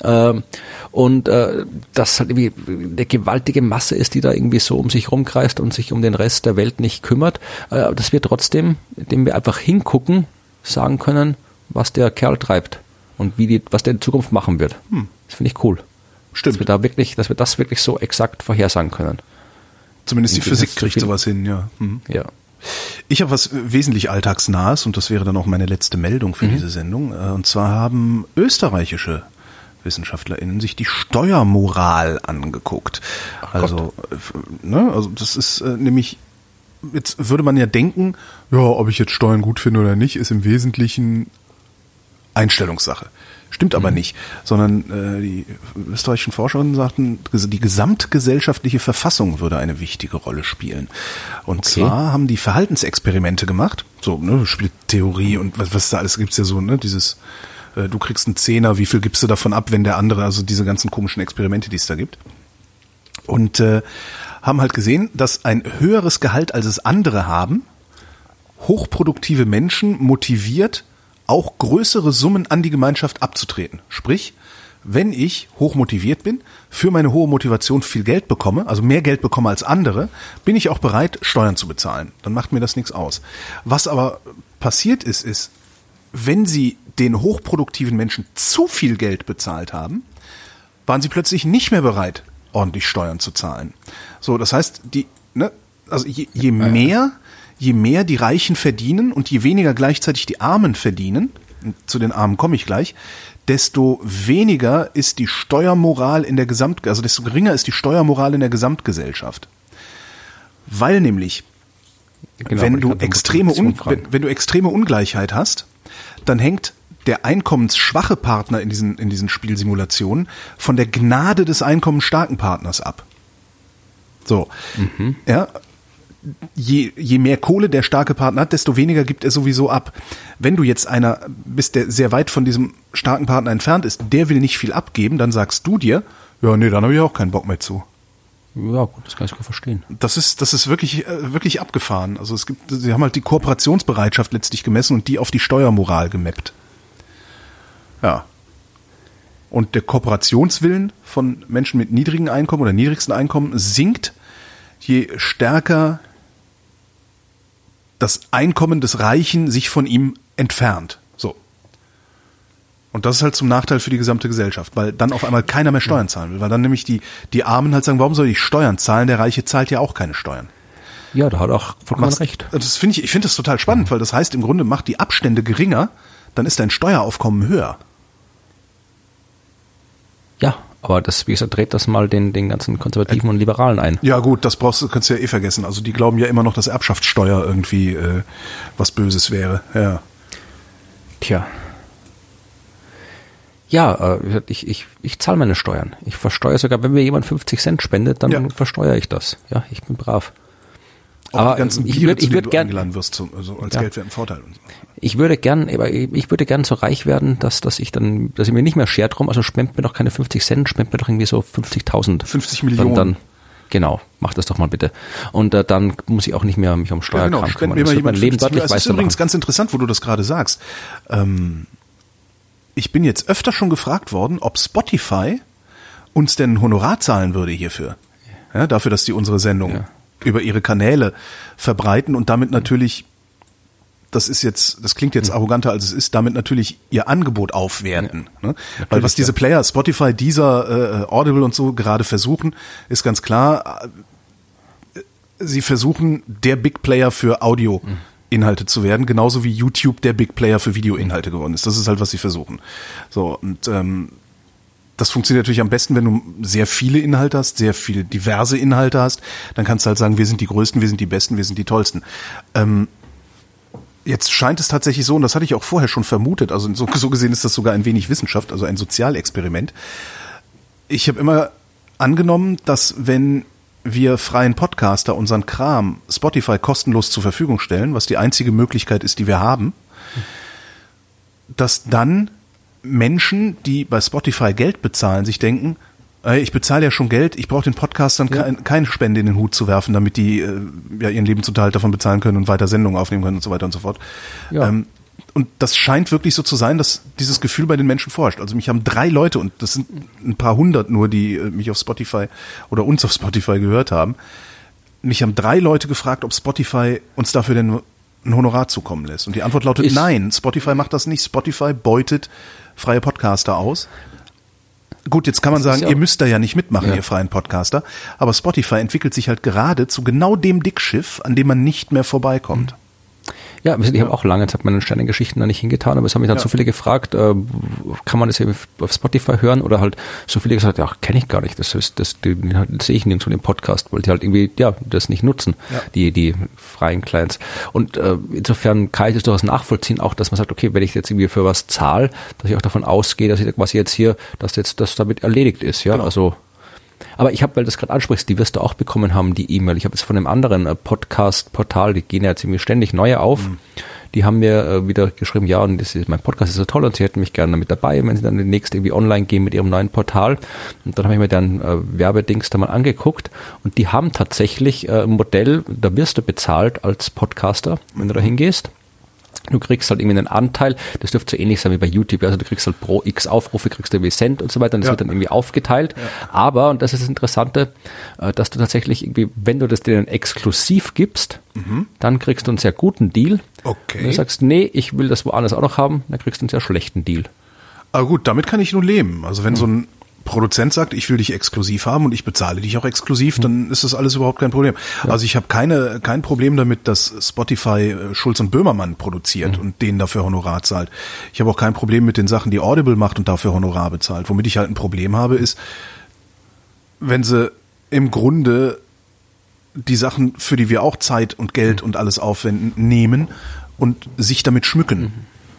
und dass halt irgendwie eine gewaltige Masse ist, die da irgendwie so um sich rumkreist und sich um den Rest der Welt nicht kümmert, dass wir trotzdem, indem wir einfach hingucken, sagen können, was der Kerl treibt und was der in Zukunft machen wird. Das finde ich cool.
Stimmt.
Dass wir das wirklich so exakt vorhersagen können.
Zumindest die Physik kriegt sowas hin, ja.
Ja.
Ich habe was wesentlich Alltagsnahes und das wäre dann auch meine letzte Meldung für diese Sendung. Und zwar haben österreichische WissenschaftlerInnen sich die Steuermoral angeguckt. Also das ist nämlich, jetzt würde man ja denken, ja, ob ich jetzt Steuern gut finde oder nicht, ist im Wesentlichen Einstellungssache. Stimmt aber nicht, sondern die österreichischen Forscherinnen sagten, die gesamtgesellschaftliche Verfassung würde eine wichtige Rolle spielen. Und zwar haben die Verhaltensexperimente gemacht, so Spieltheorie und was da alles gibt's ja so, dieses du kriegst einen Zehner, wie viel gibst du davon ab, wenn der andere, also diese ganzen komischen Experimente, die es da gibt. Und haben halt gesehen, dass ein höheres Gehalt, als es andere haben, hochproduktive Menschen motiviert, auch größere Summen an die Gemeinschaft abzutreten. Sprich, wenn ich hoch motiviert bin, für meine hohe Motivation viel Geld bekomme, also mehr Geld bekomme als andere, bin ich auch bereit, Steuern zu bezahlen. Dann macht mir das nichts aus. Was aber passiert ist, wenn sie den hochproduktiven Menschen zu viel Geld bezahlt haben, waren sie plötzlich nicht mehr bereit, ordentlich Steuern zu zahlen. So, das heißt, je mehr die Reichen verdienen und je weniger gleichzeitig die Armen verdienen, zu den Armen komme ich gleich, desto weniger ist die Steuermoral in der desto geringer ist die Steuermoral in der Gesamtgesellschaft. Weil nämlich, wenn du extreme Ungleichheit hast, dann hängt der einkommensschwache Partner in diesen Spielsimulationen von der Gnade des einkommensstarken Partners ab. So, ja. Je mehr Kohle der starke Partner hat, desto weniger gibt er sowieso ab. Wenn du jetzt einer bist, der sehr weit von diesem starken Partner entfernt ist, der will nicht viel abgeben, dann sagst du dir, ja, nee, dann habe ich auch keinen Bock mehr zu.
Ja, gut, das kann ich gut verstehen.
Das ist wirklich abgefahren. Also sie haben halt die Kooperationsbereitschaft letztlich gemessen und die auf die Steuermoral gemappt. Ja. Und der Kooperationswillen von Menschen mit niedrigen Einkommen oder niedrigsten Einkommen sinkt, je stärker das Einkommen des Reichen sich von ihm entfernt. So. Und das ist halt zum Nachteil für die gesamte Gesellschaft, weil dann auf einmal keiner mehr Steuern zahlen will, weil dann nämlich die Armen halt sagen, warum soll ich Steuern zahlen? Der Reiche zahlt ja auch keine Steuern.
Ja, da hat auch vollkommen recht.
Ich finde das total spannend, weil das heißt, im Grunde macht die Abstände geringer, dann ist dein Steueraufkommen höher.
Ja, aber das, wie gesagt, dreht das mal den ganzen Konservativen und Liberalen ein.
Ja gut, das kannst du ja vergessen. Also die glauben ja immer noch, dass Erbschaftssteuer irgendwie was Böses wäre. Ja.
Tja. Ja, ich zahle meine Steuern. Ich versteuere sogar, wenn mir jemand 50 Cent spendet, dann versteuere ich das. Ja, ich bin brav.
Auch
aber
die ganzen Biere, zu denen du eingeladen wirst, also als Geldwert im Vorteil. Und so.
Ich würde gern so reich werden, dass ich mir nicht mehr schert drum, also spendet mir doch keine 50 Cent, spendet mir doch irgendwie so 50.000.
50 Millionen.
Dann, genau, mach das doch mal bitte. Und dann muss ich auch nicht mehr mich um Steuerkram kümmern.
Das wird mein Leben deutlich weiser machen. Das ist übrigens ganz interessant, wo du das gerade sagst. Ich bin jetzt öfter schon gefragt worden, ob Spotify uns denn ein Honorar zahlen würde hierfür. Ja, dafür, dass die unsere Sendung über ihre Kanäle verbreiten und damit natürlich das klingt jetzt arroganter als es ist, damit natürlich ihr Angebot aufwerten. Ne? Weil was diese Player, Spotify, Deezer, Audible und so gerade versuchen, ist ganz klar, sie versuchen, der Big Player für Audio-Inhalte zu werden, genauso wie YouTube der Big Player für Videoinhalte geworden ist. Das ist halt, was sie versuchen. So, und das funktioniert natürlich am besten, wenn du sehr viele Inhalte hast, sehr viele diverse Inhalte hast. Dann kannst du halt sagen, wir sind die Größten, wir sind die Besten, wir sind die Tollsten. Jetzt scheint es tatsächlich so, und das hatte ich auch vorher schon vermutet, also so gesehen ist das sogar ein wenig Wissenschaft, also ein Sozialexperiment. Ich habe immer angenommen, dass wenn wir freien Podcaster unseren Kram Spotify kostenlos zur Verfügung stellen, was die einzige Möglichkeit ist, die wir haben, dass dann Menschen, die bei Spotify Geld bezahlen, sich denken, ich bezahle ja schon Geld, ich brauche den Podcastern keine Spende in den Hut zu werfen, damit die ihren Lebensunterhalt davon bezahlen können und weiter Sendungen aufnehmen können und so weiter und so fort. Ja. Und das scheint wirklich so zu sein, dass dieses Gefühl bei den Menschen forscht. Also mich haben 3 Leute, und das sind ein paar hundert nur, die mich auf Spotify oder uns auf Spotify gehört haben, mich haben 3 Leute gefragt, ob Spotify uns dafür denn ein Honorar zukommen lässt. Und die Antwort lautet nein, Spotify macht das nicht. Spotify beutet freie Podcaster aus. Gut, jetzt kann man sagen, ihr müsst da ja nicht mitmachen, ihr freien Podcaster. Aber Spotify entwickelt sich halt gerade zu genau dem Dickschiff, an dem man nicht mehr vorbeikommt.
Ja, ich habe auch lange Zeit meine Sternengeschichten da nicht hingetan, aber es haben mich dann so viele gefragt, kann man das hier auf Spotify hören, oder halt so viele gesagt, ja, kenne ich gar nicht, das sehe ich nirgendwo im Podcast, weil die halt irgendwie, das nicht nutzen, die freien Clients. Und insofern kann ich das durchaus nachvollziehen, auch dass man sagt, okay, wenn ich jetzt irgendwie für was zahle, dass ich auch davon ausgehe, dass ich quasi jetzt hier, dass jetzt das damit erledigt ist, ja, genau. Also. Aber ich habe, weil du das gerade ansprichst, die wirst du auch bekommen haben, die E-Mail. Ich habe jetzt von einem anderen Podcast-Portal, die gehen ja ziemlich ständig neue auf. Die haben mir wieder geschrieben, ja, und mein Podcast ist so toll und sie hätten mich gerne mit dabei, wenn sie dann demnächst irgendwie online gehen mit ihrem neuen Portal. Und dann habe ich mir dann Werbedings da mal angeguckt, und die haben tatsächlich ein Modell, da wirst du bezahlt als Podcaster, wenn du da hingehst. Du kriegst halt irgendwie einen Anteil, das dürfte so ähnlich sein wie bei YouTube, also du kriegst halt pro X Aufrufe, kriegst du irgendwie Cent und so weiter, und das wird dann irgendwie aufgeteilt. Ja. Aber, und das ist das Interessante, dass du tatsächlich irgendwie, wenn du das denen exklusiv gibst, dann kriegst du einen sehr guten Deal. Okay. Wenn du sagst, nee, ich will das woanders auch noch haben, dann kriegst du einen sehr schlechten Deal.
Aber gut, damit kann ich nun leben. Also wenn so ein Produzent sagt, ich will dich exklusiv haben und ich bezahle dich auch exklusiv, dann ist das alles überhaupt kein Problem. Ja. Also ich habe kein Problem damit, dass Spotify Schulz und Böhmermann produziert und denen dafür Honorar zahlt. Ich habe auch kein Problem mit den Sachen, die Audible macht und dafür Honorar bezahlt. Womit ich halt ein Problem habe, ist, wenn sie im Grunde die Sachen, für die wir auch Zeit und Geld und alles aufwenden, nehmen und sich damit schmücken.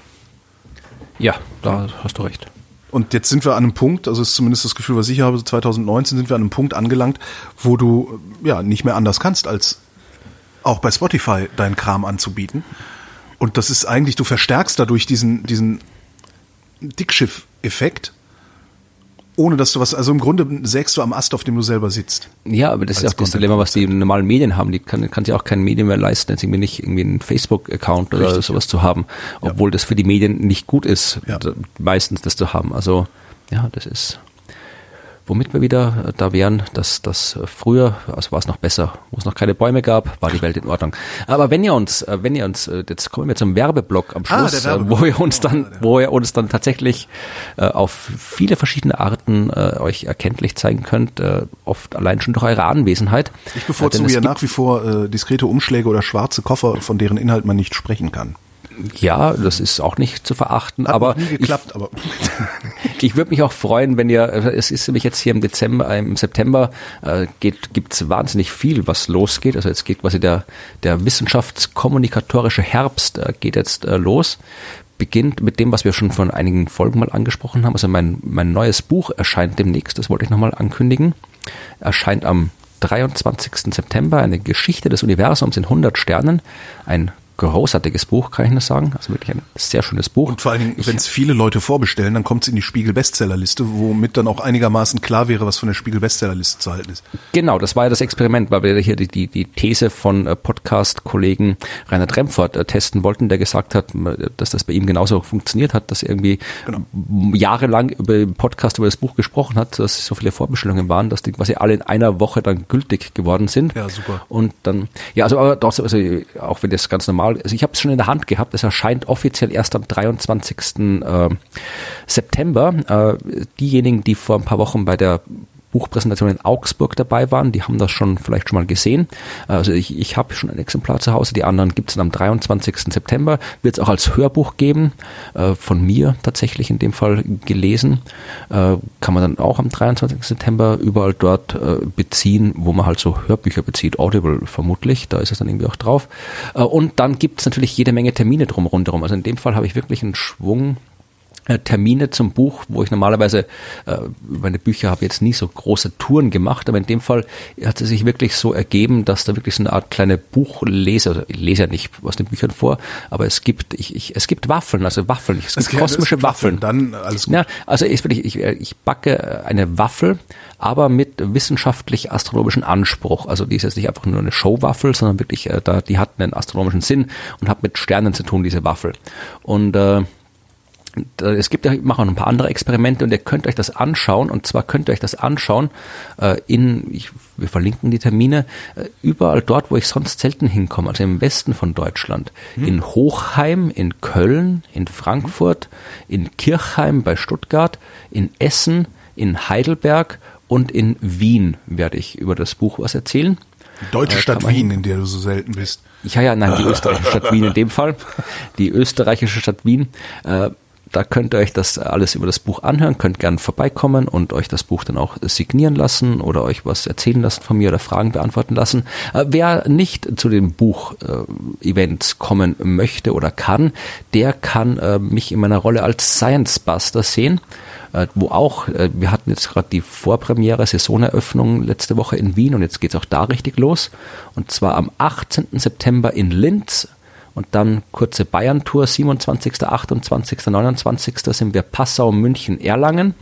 Ja, da hast du recht.
Und jetzt sind wir an einem Punkt, also ist zumindest das Gefühl, was ich habe, 2019 sind wir an einem Punkt angelangt, wo du nicht mehr anders kannst, als auch bei Spotify deinen Kram anzubieten. Und das ist eigentlich, du verstärkst dadurch diesen Dickschiff-Effekt, ohne dass du also im Grunde sägst du am Ast, auf dem du selber sitzt.
Ja, aber das ist auch das Dilemma, was die normalen Medien haben. Die kann sich auch kein Medien mehr leisten, jetzt irgendwie nicht irgendwie einen Facebook-Account oder sowas zu haben, obwohl das für die Medien nicht gut ist, meistens das zu haben. Also, das ist, womit wir wieder da wären, dass das früher, also war es noch besser, wo es noch keine Bäume gab, war die Welt in Ordnung. Aber wenn ihr uns, jetzt kommen wir zum Werbeblock am Schluss, wo ihr uns dann tatsächlich auf viele verschiedene Arten euch erkenntlich zeigen könnt, oft allein schon durch eure Anwesenheit.
Ich bevorzuge ja nach wie vor diskrete Umschläge oder schwarze Koffer, von deren Inhalt man nicht sprechen kann.
Ja, das ist auch nicht zu verachten,
Hat
aber
nie geklappt, aber
ich würde mich auch freuen, wenn ihr, es ist nämlich jetzt hier im September gibt's wahnsinnig viel, was losgeht. Also jetzt geht quasi der wissenschaftskommunikatorische Herbst geht jetzt los. Beginnt mit dem, was wir schon von einigen Folgen mal angesprochen haben. Also mein neues Buch erscheint demnächst, das wollte ich nochmal ankündigen. Erscheint am 23. September, eine Geschichte des Universums in 100 Sternen. Ein großartiges Buch, kann ich nur sagen. Also wirklich ein sehr schönes Buch.
Und vor allem, wenn es viele Leute vorbestellen, dann kommt es in die Spiegel-Bestsellerliste, womit dann auch einigermaßen klar wäre, was von der Spiegel-Bestsellerliste zu halten ist.
Genau, das war ja das Experiment, weil wir hier die These von Podcast-Kollegen Reinhard Remford testen wollten, der gesagt hat, dass das bei ihm genauso funktioniert hat, dass er irgendwie jahrelang über den Podcast, über das Buch gesprochen hat, dass so viele Vorbestellungen waren, dass die quasi alle in einer Woche dann gültig geworden sind.
Ja, super.
Und dann, also aber doch, also auch wenn das ganz normal mal, also ich habe es schon in der Hand gehabt, es erscheint offiziell erst am 23. September. Diejenigen, die vor ein paar Wochen bei der Buchpräsentation in Augsburg dabei waren, die haben das vielleicht schon mal gesehen. Also ich habe schon ein Exemplar zu Hause, die anderen gibt es dann am 23. September. Wird es auch als Hörbuch geben, von mir tatsächlich in dem Fall gelesen. Kann man dann auch am 23. September überall dort beziehen, wo man halt so Hörbücher bezieht, Audible vermutlich, da ist es dann irgendwie auch drauf. Und dann gibt es natürlich jede Menge Termine rundherum. Also in dem Fall habe ich wirklich einen Schwung Termine zum Buch, wo ich normalerweise meine Bücher habe jetzt nie so große Touren gemacht, aber in dem Fall hat es sich wirklich so ergeben, dass da wirklich so eine Art kleine Buchlese, also ich lese ja nicht aus den Büchern vor, aber es gibt Waffeln, es gibt kosmische Waffeln.
Dann alles gut.
Ja, also ich backe eine Waffel, aber mit wissenschaftlich-astronomischen Anspruch. Also die ist jetzt nicht einfach nur eine Showwaffel, sondern wirklich, die hat einen astronomischen Sinn und hat mit Sternen zu tun, diese Waffel. Und es gibt ja, ich mache auch ein paar andere Experimente und ihr könnt euch das anschauen, und zwar könnt ihr euch das anschauen wir verlinken die Termine, überall dort, wo ich sonst selten hinkomme, also im Westen von Deutschland, in Hochheim, in Köln, in Frankfurt, in Kirchheim bei Stuttgart, in Essen, in Heidelberg und in Wien werde ich über das Buch was erzählen.
Die deutsche Stadt Wien, in der du so selten bist.
Die österreichische Stadt Wien in dem Fall. Die österreichische Stadt Wien. Da könnt ihr euch das alles über das Buch anhören, könnt gerne vorbeikommen und euch das Buch dann auch signieren lassen oder euch was erzählen lassen von mir oder Fragen beantworten lassen. Wer nicht zu den Buch-Events kommen möchte oder kann, der kann mich in meiner Rolle als Science Buster sehen, wo auch, wir hatten jetzt gerade die Vorpremiere, Saisoneröffnung letzte Woche in Wien und jetzt geht's auch da richtig los. Und zwar am 18. September in Linz. Und dann kurze Bayern-Tour, 27., 28., 29. sind wir Passau, München, Erlangen.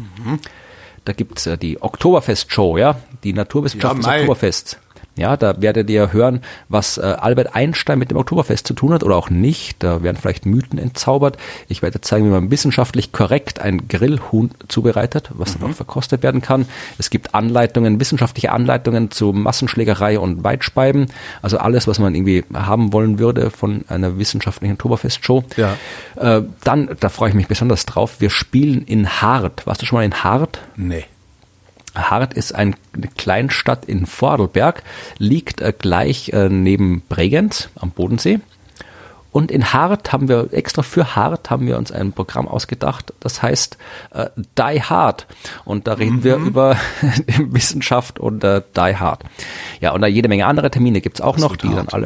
Da gibt's die Oktoberfest-Show, ja, die Naturwissenschaft des Oktoberfests. Ja, da werdet ihr hören, was Albert Einstein mit dem Oktoberfest zu tun hat oder auch nicht. Da werden vielleicht Mythen entzaubert. Ich werde zeigen, wie man wissenschaftlich korrekt ein Grillhuhn zubereitet, was dann auch verkostet werden kann. Es gibt wissenschaftliche Anleitungen zu Massenschlägerei und Weitspeiben. Also alles, was man irgendwie haben wollen würde von einer wissenschaftlichen Oktoberfest-Show.
Ja.
Dann, da freue ich mich besonders drauf, wir spielen in Hart. Warst du schon mal in Hart?
Nee.
Hart ist eine Kleinstadt in Vorarlberg, liegt gleich neben Bregenz am Bodensee. Und in Hart extra für Hart haben wir uns ein Programm ausgedacht, das heißt Die Hard. Und da reden wir über Wissenschaft und Die Hard. Ja, und da jede Menge andere Termine gibt's auch noch, die dann alle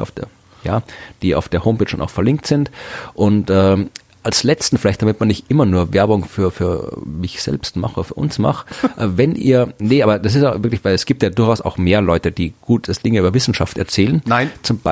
die auf der Homepage schon auch verlinkt sind. Und als letzten vielleicht, damit man nicht immer nur Werbung für mich selbst mache, für uns mache, aber das ist auch wirklich, weil es gibt ja durchaus auch mehr Leute, die gut das Dinge über Wissenschaft erzählen.
Nein.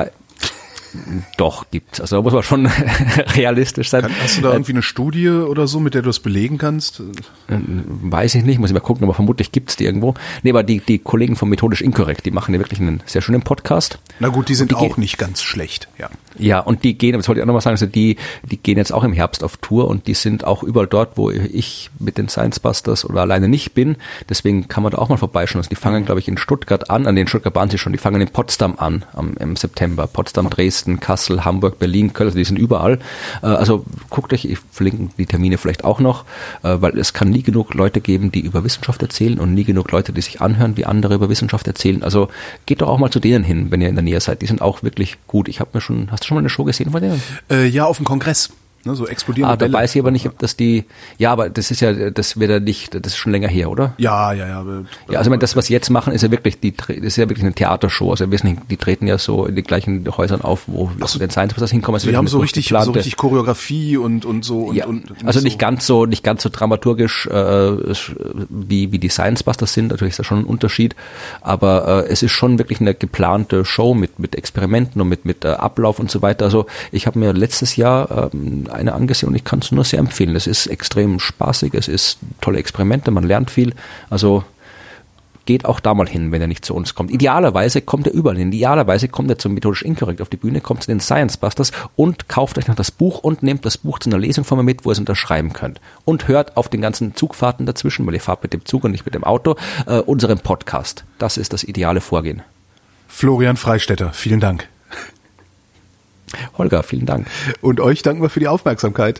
Doch, gibt's. Also da muss man schon realistisch sein.
Hast du da irgendwie eine Studie oder so, mit der du das belegen kannst?
Weiß ich nicht, muss ich mal gucken, aber vermutlich gibt's die irgendwo. Nee, aber die Kollegen von Methodisch Inkorrekt, die machen ja wirklich einen sehr schönen Podcast.
Na gut, die sind auch nicht ganz schlecht, ja.
Ja, und die gehen, das wollte ich auch nochmal sagen, also die gehen jetzt auch im Herbst auf Tour und die sind auch überall dort, wo ich mit den Science Busters oder alleine nicht bin. Deswegen kann man da auch mal vorbeischauen. Also die fangen, glaube ich, in Stuttgart an den Stuttgart waren sie schon, die fangen in Potsdam an im September. Potsdam, Dresden, Kassel, Hamburg, Berlin, Köln, also die sind überall. Also guckt euch, ich verlinke die Termine vielleicht auch noch, weil es kann nie genug Leute geben, die über Wissenschaft erzählen und nie genug Leute, die sich anhören, wie andere über Wissenschaft erzählen. Also geht doch auch mal zu denen hin, wenn ihr in der Nähe seid. Die sind auch wirklich gut. Hast du schon mal eine Show gesehen von denen?
Ja, auf dem Kongress. Ne, so explodierende Bälle.
Da weiß ich aber nicht, ob das aber das ist das ist schon länger her, oder?
Ja.
Ja, also ich meine, das, was sie jetzt machen, ist ja wirklich, das ist ja wirklich eine Theatershow. Also die treten ja so in den gleichen Häusern auf, wo den Science Busters hinkommen.
Die haben so richtig Choreografie und so.
Also nicht ganz so dramaturgisch, wie die Science Busters sind. Natürlich ist da schon ein Unterschied. Aber es ist schon wirklich eine geplante Show mit Experimenten und mit Ablauf und so weiter. Also ich habe mir letztes Jahr eine angesehen und ich kann es nur sehr empfehlen. Es ist extrem spaßig, es ist tolle Experimente, man lernt viel. Also geht auch da mal hin, wenn er nicht zu uns kommt. Idealerweise kommt er überall hin. Idealerweise kommt er zum Methodisch Inkorrekt auf die Bühne, kommt zu den Science Busters und kauft euch noch das Buch und nehmt das Buch zu einer Lesung von mir mit, wo ihr es unterschreiben könnt. Und hört auf den ganzen Zugfahrten dazwischen, weil ihr fahrt mit dem Zug und nicht mit dem Auto, unseren Podcast. Das ist das ideale Vorgehen.
Florian Freistetter, vielen Dank.
Holger, vielen Dank.
Und euch danken wir für die Aufmerksamkeit.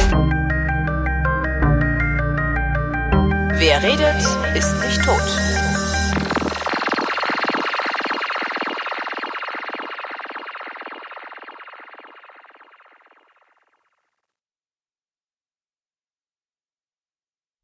Wer redet, ist nicht tot.